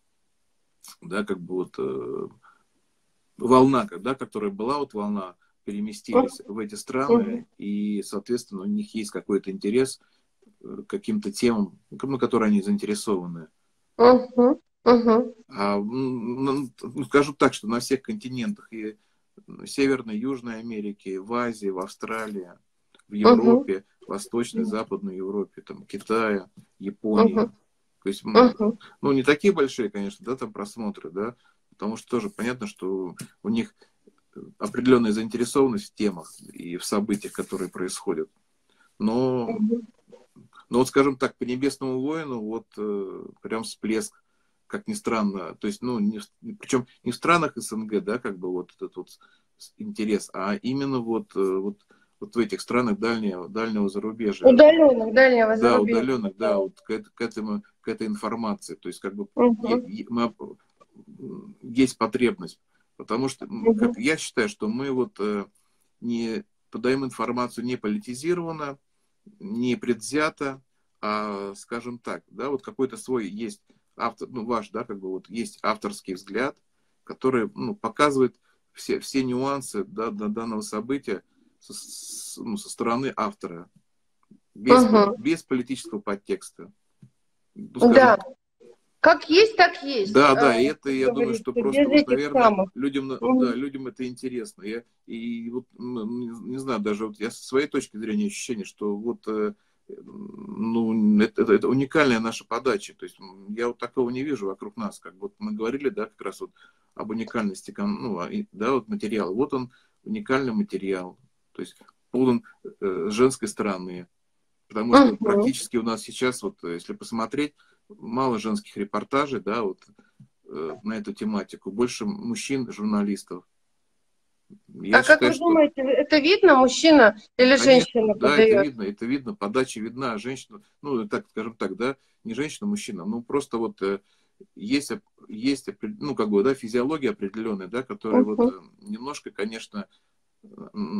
да, как бы вот э, волна, да, которая была, вот волна, переместились в эти страны, Угу. и, соответственно, у них есть какой-то интерес к каким-то темам, на которые они заинтересованы. Угу. Угу. А, ну, скажу так, что на всех континентах, и в Северной, Южной Америке, в Азии, в Австралии, в Угу. Европе, Восточной, Западной Европе, там, Китае, Японии. Угу. То есть, Угу. ну, не такие большие, конечно, да, там просмотры, да, потому что тоже понятно, что у них определенная заинтересованность в темах и в событиях, которые происходят. Но, но вот, скажем так, по «Небесному воину» вот э, прям всплеск, как ни странно. То есть, ну, не, причем не в странах СНГ, да, как бы вот этот вот интерес, а именно вот, вот, вот в этих странах дальнего, дальнего зарубежья. Удаленных, дальнего Да, зарубежья. удаленных, да, вот к, к, этому, к этой информации. То есть, как бы Угу. е, е, мы, есть потребность. Потому что, Угу. как я считаю, что мы вот э, не подаем информацию не политизированно, не предвзято, а, скажем так, да, вот какой-то свой есть автор, ну, ваш, да, как бы вот есть авторский взгляд, который, ну, показывает все, все нюансы, да, данного события со, ну, со стороны автора, без, Угу. без политического подтекста. Ну, Да, скажем, как есть, так есть. да, А, да, и это, я думаю, говорится, что просто без вот, этих наверное, самых. людям, да, Угу. людям это интересно. Я, и вот, не, не знаю, даже вот я со своей точки зрения ощущение, что вот, ну, это, это, это уникальная наша подача. То есть я вот такого не вижу вокруг нас. Как вот мы говорили, да, как раз вот об уникальности, ну, да, вот материала. Вот он, уникальный материал. То есть полон э, женской стороны. Потому что Угу. практически у нас сейчас, вот, если посмотреть, мало женских репортажей, да, вот э, на эту тематику, больше мужчин, журналистов. Я А как считаю, вы что, думаете, это видно, мужчина или конечно, женщина да, это подает? видно, это видно, подача видна, а женщина, ну, так, скажем так, да, не женщина, а мужчина, ну, просто вот э, есть, есть, ну, как бы, да, физиология определенная, да, которая вот Угу. э, немножко, конечно, э,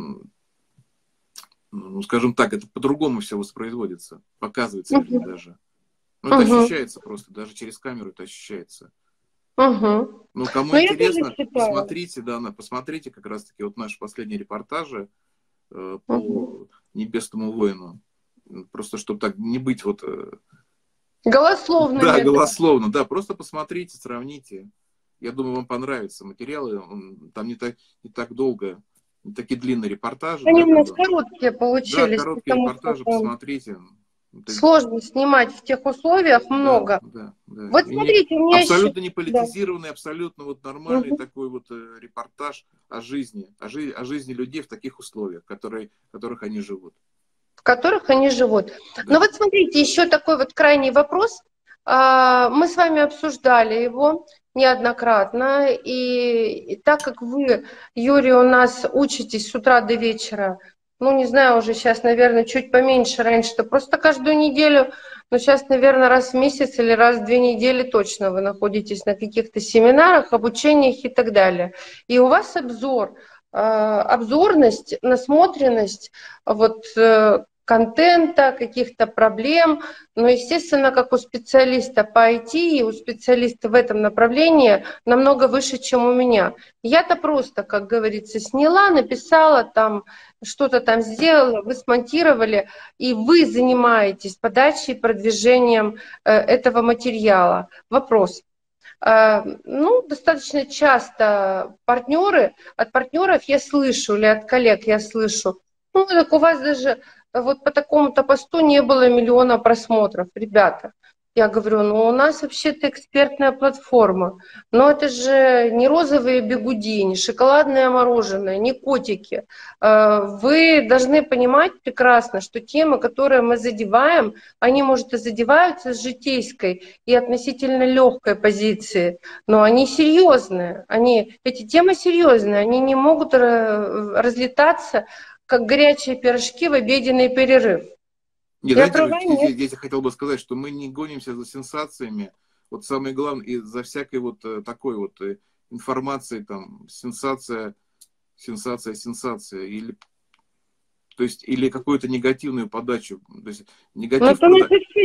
ну, скажем так, это по-другому все воспроизводится, показывается, вернее, Угу. даже. Ну, это Угу. ощущается просто, даже через камеру это ощущается. Угу. Ну, кому Ну, я тоже интересно, считаю. посмотрите, да, на, посмотрите как раз-таки вот наши последние репортажи э, Угу. по «Небесному воину». Просто, чтобы так не быть вот... Э, да, Голословными, да. голословно, да, просто посмотрите, сравните. Я думаю, вам понравится. Материалы, он, там не так, не так долго, не такие длинные репортажи, Они да, у как нас бы. короткие Да, получились, короткие потому репортажи, что посмотрите. Это, сложно снимать в тех условиях да, много. да, да. Вот И не, смотрите, у меня еще... абсолютно не Да. политизированный, абсолютно вот нормальный Угу. такой вот э, репортаж о жизни, о, жи о жизни людей в таких условиях, которые, в которых они живут. В которых они живут. Да. Но вот смотрите, еще такой вот крайний вопрос. Мы с вами обсуждали его неоднократно, и, и так как вы, Юрий, у нас учитесь с утра до вечера, ну, не знаю, уже сейчас, наверное, чуть поменьше, раньше-то просто каждую неделю, но сейчас, наверное, раз в месяц или раз в две недели точно вы находитесь на каких-то семинарах, обучениях и так далее. И у вас обзор обзорность, насмотренность вот, контента, каких-то проблем. Но, естественно, как у специалиста по ай ти и у специалиста в этом направлении намного выше, чем у меня. Я-то просто, как говорится, сняла, написала, там что-то там сделала, вы смонтировали, и вы занимаетесь подачей и продвижением этого материала. Вопрос. Ну, достаточно часто партнеры, от партнеров я слышу, или от коллег я слышу, ну, так у вас даже вот по такому-то посту не было миллиона просмотров, ребята. Я говорю, ну, у нас вообще-то экспертная платформа, но это же не розовые бигуди, не шоколадное мороженое, не котики. Вы должны понимать прекрасно, что темы, которые мы задеваем, они, может, и задеваются с житейской и относительно легкой позиции, но они серьезные, они, эти темы серьезные, они не могут разлетаться, как горячие пирожки в обеденный перерыв. Нет, я знаете, права, здесь, здесь я хотел бы сказать, что мы не гонимся за сенсациями. Вот самое главное, и за всякой вот такой вот информацией, там, сенсация, сенсация, сенсация, или, то есть, или какую-то негативную подачу. То есть, негатив, прода...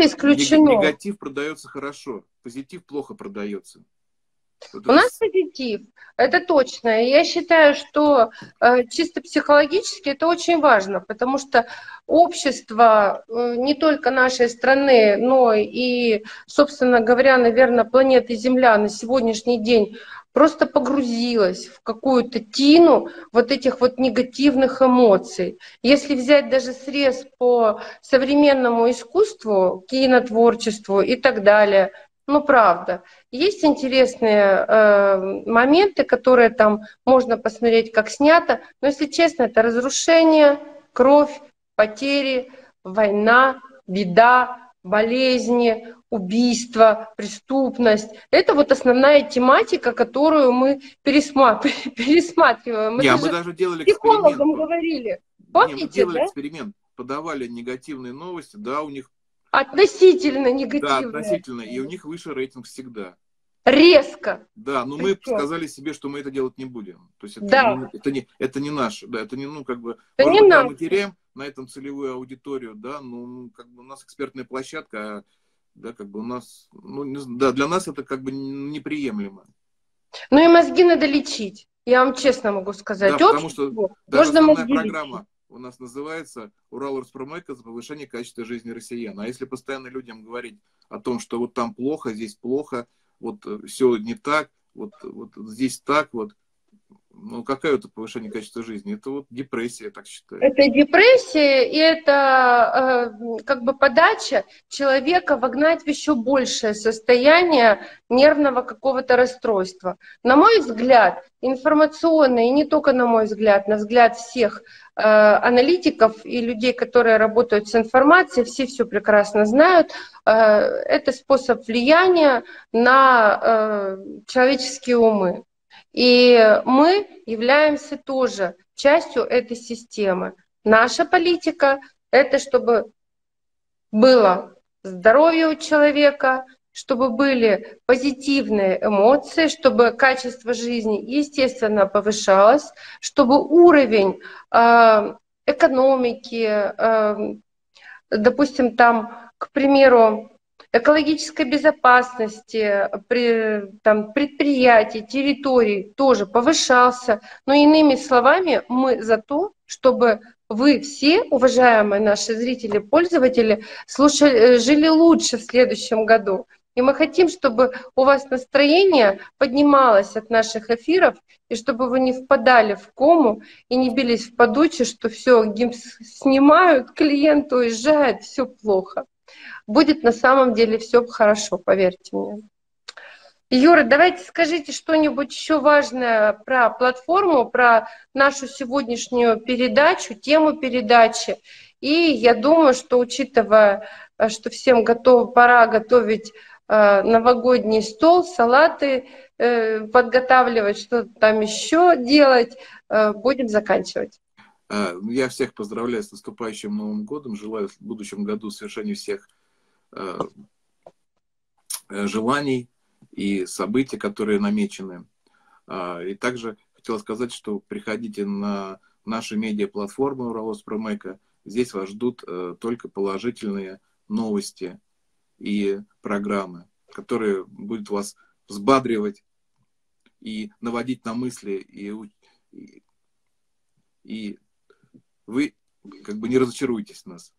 негатив продается хорошо, позитив плохо продается. Вот У нас позитив, это точно. И я считаю, что э, чисто психологически это очень важно, потому что общество э, не только нашей страны, но и, собственно говоря, наверное, планеты Земля на сегодняшний день просто погрузилась в какую-то тину вот этих вот негативных эмоций. Если взять даже срез по современному искусству, кинотворчеству и так далее, ну, правда. Есть интересные э, моменты, которые там можно посмотреть, как снято. Но, если честно, это разрушение, кровь, потери, война, беда, болезни, убийство, преступность. Это вот основная тематика, которую мы пересматриваем. Мы Не, даже мы даже делали психологам говорили. Помните, Не, мы делали да? эксперимент, подавали негативные новости, да, у них... Относительно негативные. Да, относительно, и у них выше рейтинг всегда. Резко. Да, но мы сказали себе, что мы это делать не будем. То есть это, да. не, это, не, это не наше, да, это не, ну, как бы, это может не быть, да, наше. мы теряем на этом целевую аудиторию, да, но как бы у нас экспертная площадка, да, как бы у нас, ну, не, да, для нас это как бы неприемлемо. Ну и мозги надо лечить, я вам честно могу сказать. Да, потому что даже можно основная мозги программа лечить. У нас называется «Урал Роспромека за повышение качества жизни россиян». А если постоянно людям говорить о том, что вот там плохо, здесь плохо, вот все не так, вот, вот здесь так, вот, ну какое это повышение качества жизни? Это вот депрессия, я так считаю. Это депрессия, и это э, как бы подача человека вогнать в еще большее состояние нервного какого-то расстройства. На мой взгляд, информационно, и не только на мой взгляд, на взгляд всех э, аналитиков и людей, которые работают с информацией, все все прекрасно знают, э, это способ влияния на э, человеческие умы. И мы являемся тоже частью этой системы. Наша политика – это чтобы было здоровье у человека, чтобы были позитивные эмоции, чтобы качество жизни, естественно, повышалось, чтобы уровень э, экономики, э, допустим, там, к примеру, экологической безопасности, при, там, предприятий, территорий тоже повышался. Но иными словами, мы за то, чтобы вы все, уважаемые наши зрители, пользователи, слушали, жили лучше в следующем году. И мы хотим, чтобы у вас настроение поднималось от наших эфиров, и чтобы вы не впадали в кому и не бились в подуче, что все, гимс снимают, клиент уезжает, все плохо. Будет на самом деле все хорошо, поверьте мне. Юра, давайте скажите что-нибудь еще важное про платформу, про нашу сегодняшнюю передачу, тему передачи. И я думаю, что учитывая, что всем готов, пора готовить э, новогодний стол, салаты, э, подготавливать, что-то там еще делать, э, будем заканчивать. Я всех поздравляю с наступающим Новым годом, желаю в будущем году совершения всех э, желаний и событий, которые намечены. И также хотел сказать, что приходите на наши медиаплатформы Уралос Промека. Здесь вас ждут э, только положительные новости и программы, которые будут вас взбадривать и наводить на мысли, и, и, и вы как бы не разочаруетесь в нас.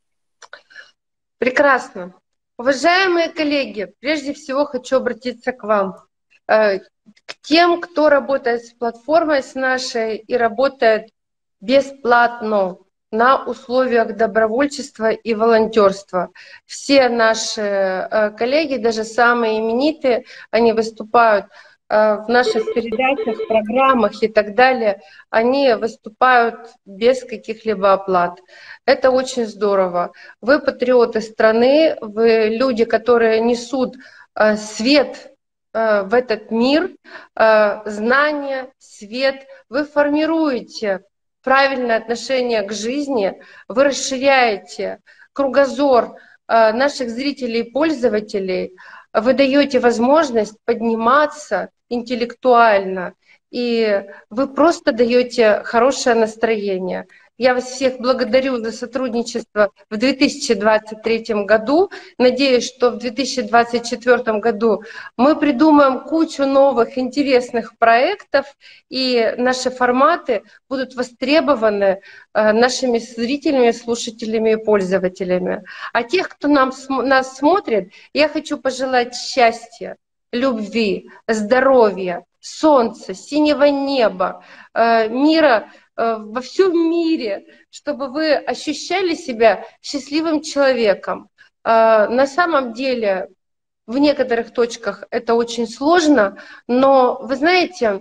Прекрасно. Уважаемые коллеги, прежде всего хочу обратиться к вам, к тем, кто работает с платформой, с нашей и работает бесплатно на условиях добровольчества и волонтерства. Все наши коллеги, даже самые именитые, они выступают в наших передачах, программах и так далее, они выступают без каких-либо оплат. Это очень здорово. Вы патриоты страны, вы люди, которые несут свет в этот мир, знания, свет. Вы формируете правильное отношение к жизни, вы расширяете кругозор наших зрителей и пользователей, вы даете возможность подниматься интеллектуально, и вы просто даете хорошее настроение. Я вас всех благодарю за сотрудничество в две тысячи двадцать третьем году. Надеюсь, что в две тысячи двадцать четвёртом году мы придумаем кучу новых интересных проектов, и наши форматы будут востребованы нашими зрителями, слушателями и пользователями. А тех, кто нам, нас смотрит, я хочу пожелать счастья, любви, здоровья, солнца, синего неба, мира во всем мире, чтобы вы ощущали себя счастливым человеком. На самом деле, в некоторых точках это очень сложно, но, вы знаете,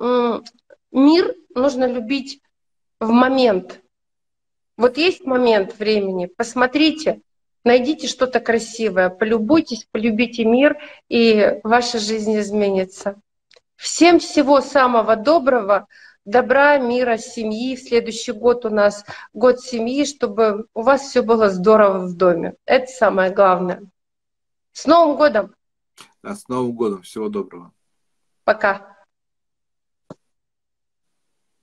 мир нужно любить в момент. Вот есть момент времени, посмотрите, найдите что-то красивое, полюбуйтесь, полюбите мир, и ваша жизнь изменится. Всем всего самого доброго, добра, мира, семьи. В следующий год у нас год семьи, чтобы у вас все было здорово в доме. Это самое главное. С Новым годом! А с Новым годом! Всего доброго! Пока!